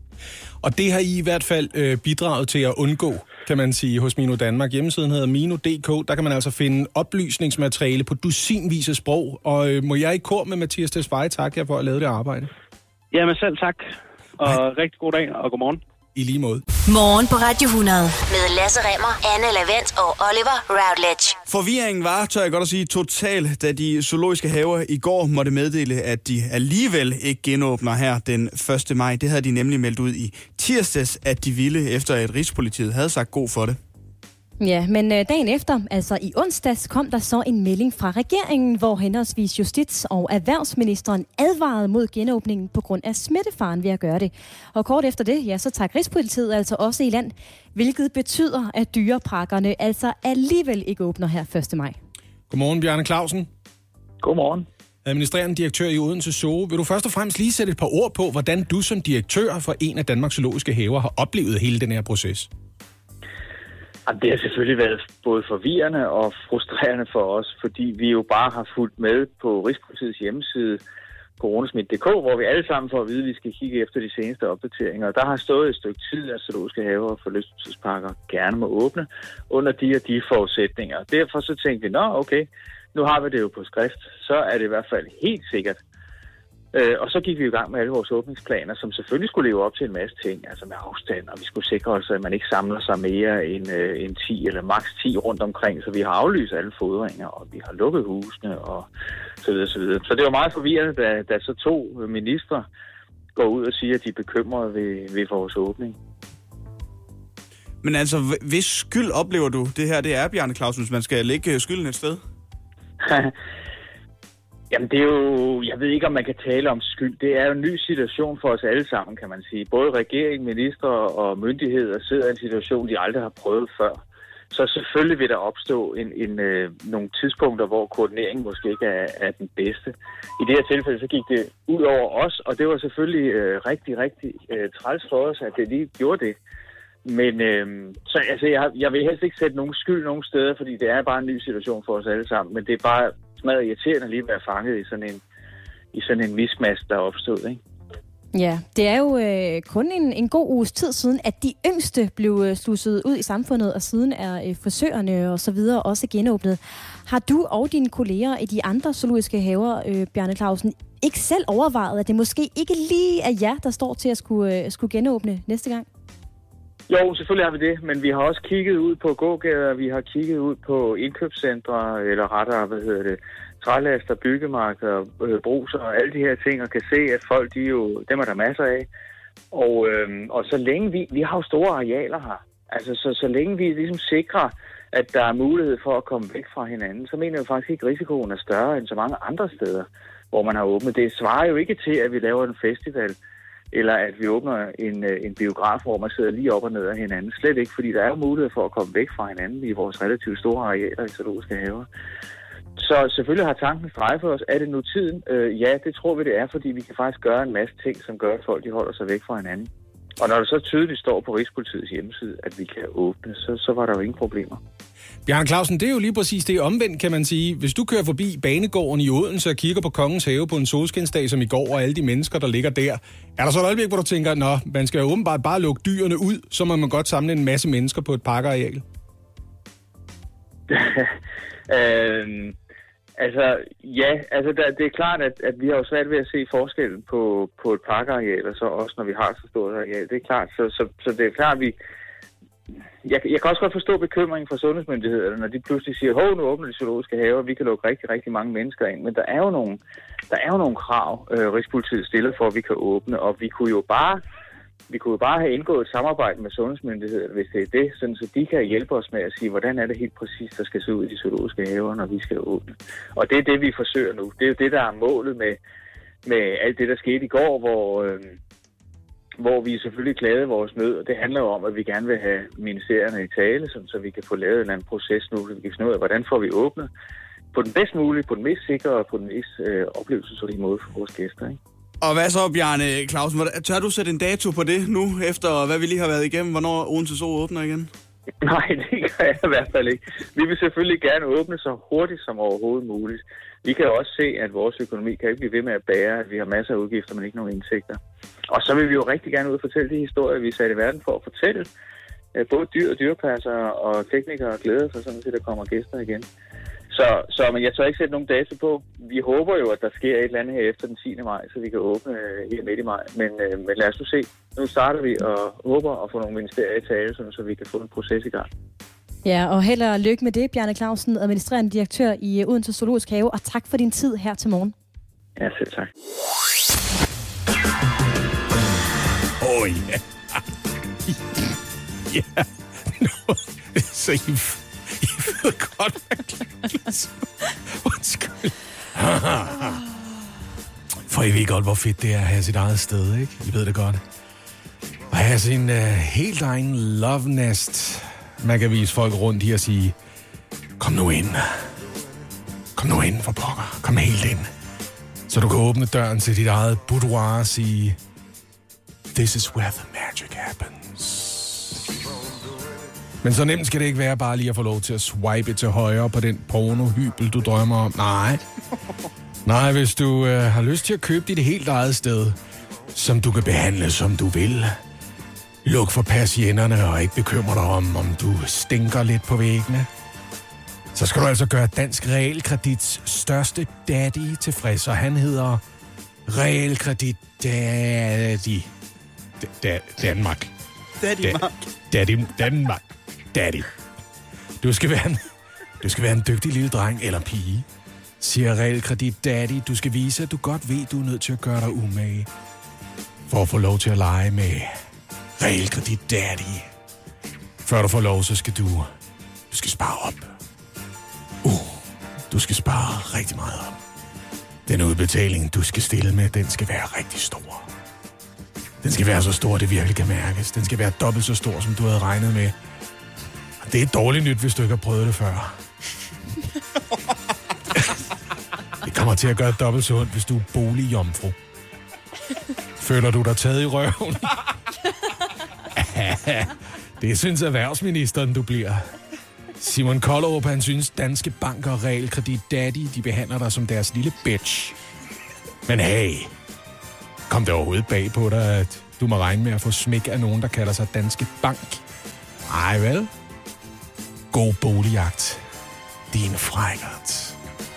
Og det har I i hvert fald øh, bidraget til at undgå, kan man sige, hos Mino Danmark. Hjemmesiden hedder Mino punktum d k. Der kan man altså finde oplysningsmateriale på dusinvis af sprog. Og øh, må jeg i kor med Mathias Tesfaye takke jer for at lave det arbejde? Jamen selv tak. Og Hej. Rigtig god dag, og godmorgen. I lige måde. Morgen på Radio hundrede med Lasse Remmer, Anne Lavent og Oliver Routledge. Forvirringen var, tør jeg godt at sige, total, da de zoologiske haver i går måtte meddele, at de alligevel ikke genåbner her den første maj. Det havde de nemlig meldt ud i tirsdags, at de ville, efter at Rigspolitiet havde sagt god for det. Ja, men øh, dagen efter, altså i onsdags, kom der så en melding fra regeringen, hvor henholdsvis Justits- og Erhvervsministeren advarede mod genåbningen på grund af smittefaren ved at gøre det. Og kort efter det, ja, så tager Rigspolitiet altså også i land, hvilket betyder, at dyreparkerne altså alligevel ikke åbner her første maj. Godmorgen, Bjarne Clausen. Godmorgen. Administrerende direktør i Odense Zoo. Vil du først og fremmest lige sætte et par ord på, hvordan du som direktør for en af Danmarks zoologiske haver har oplevet hele den her proces? Det har selvfølgelig været både forvirrende og frustrerende for os, fordi vi jo bare har fulgt med på Rigspolitiets hjemmeside, coronasmit punktum d k, hvor vi alle sammen får at vide, at vi skal kigge efter de seneste opdateringer. Der har stået et stykke tid, at zoologiske haver og forlystelsesparker gerne må åbne under de og de forudsætninger. Derfor så tænkte vi, nå okay, nu har vi det jo på skrift, så er det i hvert fald helt sikkert, Øh, og så gik vi i gang med alle vores åbningsplaner, som selvfølgelig skulle leve op til en masse ting, altså med afstand, og vi skulle sikre os, at man ikke samler sig mere end, øh, end ti eller maks ti rundt omkring, så vi har aflyst alle fodringer, og vi har lukket husene, og så videre, så videre. Så det var meget forvirrende, da, da så to ministre går ud og siger, at de er bekymrede ved, ved vores åbning. Men altså, hvis skyld oplever du det her, det er, Bjarne Clausen, hvis man skal lægge skylden et sted? Jamen det er jo, jeg ved ikke om man kan tale om skyld. Det er jo en ny situation for os alle sammen, kan man sige. Både regering, minister og myndigheder sidder i en situation, de aldrig har prøvet før. Så selvfølgelig vil der opstå en, en, øh, nogle tidspunkter, hvor koordineringen måske ikke er, er den bedste. I det her tilfælde så gik det ud over os, og det var selvfølgelig øh, rigtig, rigtig øh, træls for os, at det lige gjorde det. Men øh, så, altså, jeg, jeg vil helst ikke sætte nogen skyld nogen steder, fordi det er bare en ny situation for os alle sammen. Men det er bare smadret irriterende lige at være fanget i sådan en, i sådan en mismatch, der er opstået, ikke? Ja, det er jo øh, kun en, en god uges tid siden, at de yngste blev øh, slusset ud i samfundet, og siden er øh, frisørerne og så videre også genåbnet. Har du og dine kolleger i de andre zoologiske haver, øh, Bjarne Clausen, ikke selv overvejet, at det måske ikke lige er jer, der står til at skulle, øh, skulle genåbne næste gang? Jo, selvfølgelig har vi det, men vi har også kigget ud på gågader, vi har kigget ud på indkøbscentre, eller rettere, hvad hedder det, trælaster, byggemarkeder, øh, bruser og alle de her ting, og kan se, at folk, de jo, dem er der masser af. Og, øh, og så længe vi, vi har jo store arealer her, altså så, så længe vi ligesom sikrer, at der er mulighed for at komme væk fra hinanden, så mener jeg faktisk ikke, at risikoen er større end så mange andre steder, hvor man har åbnet. Det svarer jo ikke til, at vi laver en festival, eller at vi åbner en, en biograf, hvor man sidder lige op og ned af hinanden. Slet ikke, fordi der er jo mulighed for at komme væk fra hinanden i vores relativt store arealer i zoologiske haver. Så selvfølgelig har tanken strejfet os. Er det nu tiden? Øh, ja, det tror vi, det er, fordi vi kan faktisk gøre en masse ting, som gør, at folk de holder sig væk fra hinanden. Og når det så tydeligt står på Rigspolitiets hjemmeside, at vi kan åbne, så, så var der jo ingen problemer. Bjarne Clausen, det er jo lige præcis det omvendt, kan man sige. Hvis du kører forbi banegården i Odense og kigger på Kongens Have på en solskinsdag som i går, og alle de mennesker, der ligger der, er der så et øjeblik, hvor du tænker, nå, man skal jo åbenbart bare lukke dyrene ud, så må man godt samle en masse mennesker på et parkareal? øhm, altså, ja, altså der, det er klart, at, at vi har jo svært ved at se forskellen på, på et parkareal, og så også når vi har så stort areal. Det er klart, så, så, så det er klart, at vi... Jeg, jeg kan også godt forstå bekymringen fra sundhedsmyndighederne, når de pludselig siger, hov, nu åbner de zoologiske haver, vi kan lukke rigtig, rigtig mange mennesker ind. Men der er jo nogle, der er jo nogle krav, øh, Rigspolitiet stiller for, at vi kan åbne, og vi kunne jo bare, vi kunne jo bare have indgået et samarbejde med sundhedsmyndighederne, hvis det er det, sådan, så de kan hjælpe os med at sige, hvordan er det helt præcis, der skal se ud i de zoologiske haver, når vi skal åbne. Og det er det, vi forsøger nu. Det er jo det, der er målet med, med alt det, der skete i går, hvor... Øh, hvor vi selvfølgelig klagede vores nød, og det handler jo om, at vi gerne vil have ministerierne i tale, sådan, så vi kan få lavet en eller anden proces nu, så vi kan finde ud af, hvordan får vi åbnet på den bedst mulige, på den mest sikre og på den mest øh, oplevelsesrige måde for vores gæster, ikke? Og hvad så, Bjarne Clausen? Tør du sætte en dato på det nu, efter hvad vi lige har været igennem? Hvornår Odense Zoo åbner igen? Nej, det gør jeg i hvert fald ikke. Vi vil selvfølgelig gerne åbne så hurtigt som overhovedet muligt. Vi kan jo også se, at vores økonomi kan ikke blive ved med at bære, at vi har masser af udgifter, men ikke nogen indtægter. Og så vil vi jo rigtig gerne ud og fortælle de historier, vi er sat i verden for at fortælle. Både dyr og dyrepasser og teknikere glæder sig sådan til, at der kommer gæster igen. Så, så men jeg tør ikke sætte nogen dato på. Vi håber jo, at der sker et eller andet her efter den tiende maj, så vi kan åbne her midt i maj. Men, men lad os nu se. Nu starter vi og håber at få nogle ministerier i tale, så vi kan få en proces i gang. Ja, og held og lykke med det, Bjarne Clausen, administrerende direktør i Odense Zoologisk Have, og tak for din tid her til morgen. Ja, selv tak. Åh, oh, ja. Ja. No. Så I, I ved godt, hvad Clausen... Undskyld. For I ved godt, hvor fedt det er at have sit eget sted, ikke? I ved det godt. At have sin uh, helt egen love nest. Man kan vise folk rundt i og sige, kom nu ind. Kom nu ind for pokker. Kom helt ind. Så du kan åbne døren til dit eget boudoir og sige, this is where the magic happens. Men så nemt skal det ikke være bare lige at få lov til at swipe til højre på den pornohybel, du drømmer om. Nej. Nej, hvis du øh, har lyst til at købe dit helt eget sted, som du kan behandle, som du vil. Luk for persiennerne og ikke bekymre dig om, om du stinker lidt på væggene. Så skal du altså gøre Dansk Realkredits største daddy tilfreds, og han hedder Realkredit Daddy. Da- Danmark. Daddy Mark. Daddy Danmark. Daddy. Du skal være en, du skal være en dygtig lille dreng eller pige, siger Realkredit Daddy. Du skal vise, at du godt ved, du er nødt til at gøre dig umage. For at få lov til at lege med Realkredit Daddy. Før du får lov, så skal du... Du skal spare op. Uh, du skal spare rigtig meget op. Den udbetaling, du skal stille med, den skal være rigtig stor. Den skal være så stor, det virkelig kan mærkes. Den skal være dobbelt så stor, som du havde regnet med. Og det er dårligt nyt, hvis du ikke har prøvet det før. Det kommer til at gøre dobbelt så ondt, hvis du er boligjomfru. Føler du dig taget i røven? Det synes erhvervsministeren, du bliver. Simon Kollerup, han synes, Danske Bank og Realkredit Daddy, de behandler dig som deres lille bitch. Men hey, kom det overhovedet bag på dig, at du må regne med at få smæk af nogen, der kalder sig Danske Bank? Ej vel? God boligjagt. Din frækkert.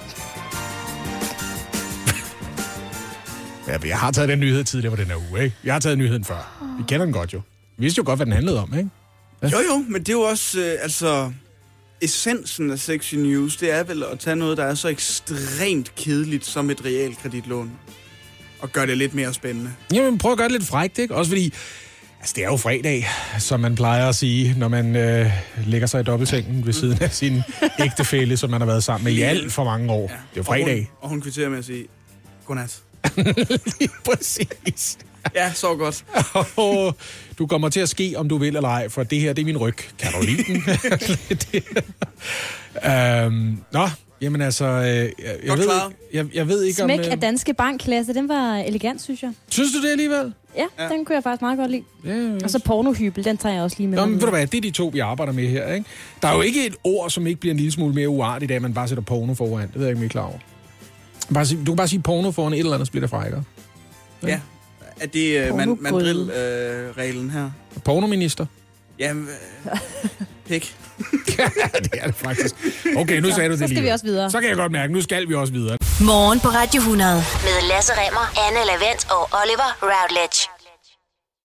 Jeg har taget den nyhed tidligere på den her uge, ikke? Jeg har taget nyheden før. Vi kender den godt jo. Vi vidste jo godt, hvad den handlede om, ikke? Ja. Jo jo, men det er jo også, øh, altså... Essensen af Sexy News, det er vel at tage noget, der er så ekstremt kedeligt som et realkreditlån, og gøre det lidt mere spændende. Jamen, prøv at gøre det lidt frækt, ikke? Også fordi, altså det er jo fredag, som man plejer at sige, når man øh, lægger sig i dobbeltsengen ved siden af sin ægtefælle, som man har været sammen med i alt for mange år. Ja. Det er jo fredag. Og hun, og hun kvitterer med at sige, godnat. Lige præcis. Ja, så godt. Du kommer til at ske, om du vil eller ej, for det her, det er min ryg. Kan du lide den? øhm, nå, jamen altså... Øh, jeg, jeg, ved ikke, jeg, jeg ved ikke Smæk om... Smæk af Danske Bank-klasse, den var elegant, synes jeg. Synes du det alligevel? Ja, ja, den kunne jeg faktisk meget godt lide. Ja, ja. Og så pornohybel, den tager jeg også lige med. Nå, men ved du hvad, det er de to, vi arbejder med her, ikke? Der er jo ikke et ord, som ikke bliver en lille smule mere uartigt, af man bare sætter porno foran. Det ved jeg ikke, om I er klar over. Bare sige, du kan bare sige porno foran et eller andet, så bliver det frækkere. Ja. ja. Er det uh, man, mandrill-reglen uh, her? Pornominister? Jamen, uh, pik. Ja, det er det faktisk. Okay, nu sagde du det lige. Så skal vi også videre. Så kan jeg godt mærke, nu skal vi også videre. Morgen på Radio hundrede med Lasse Remmer, Anne Lavent og Oliver Routledge.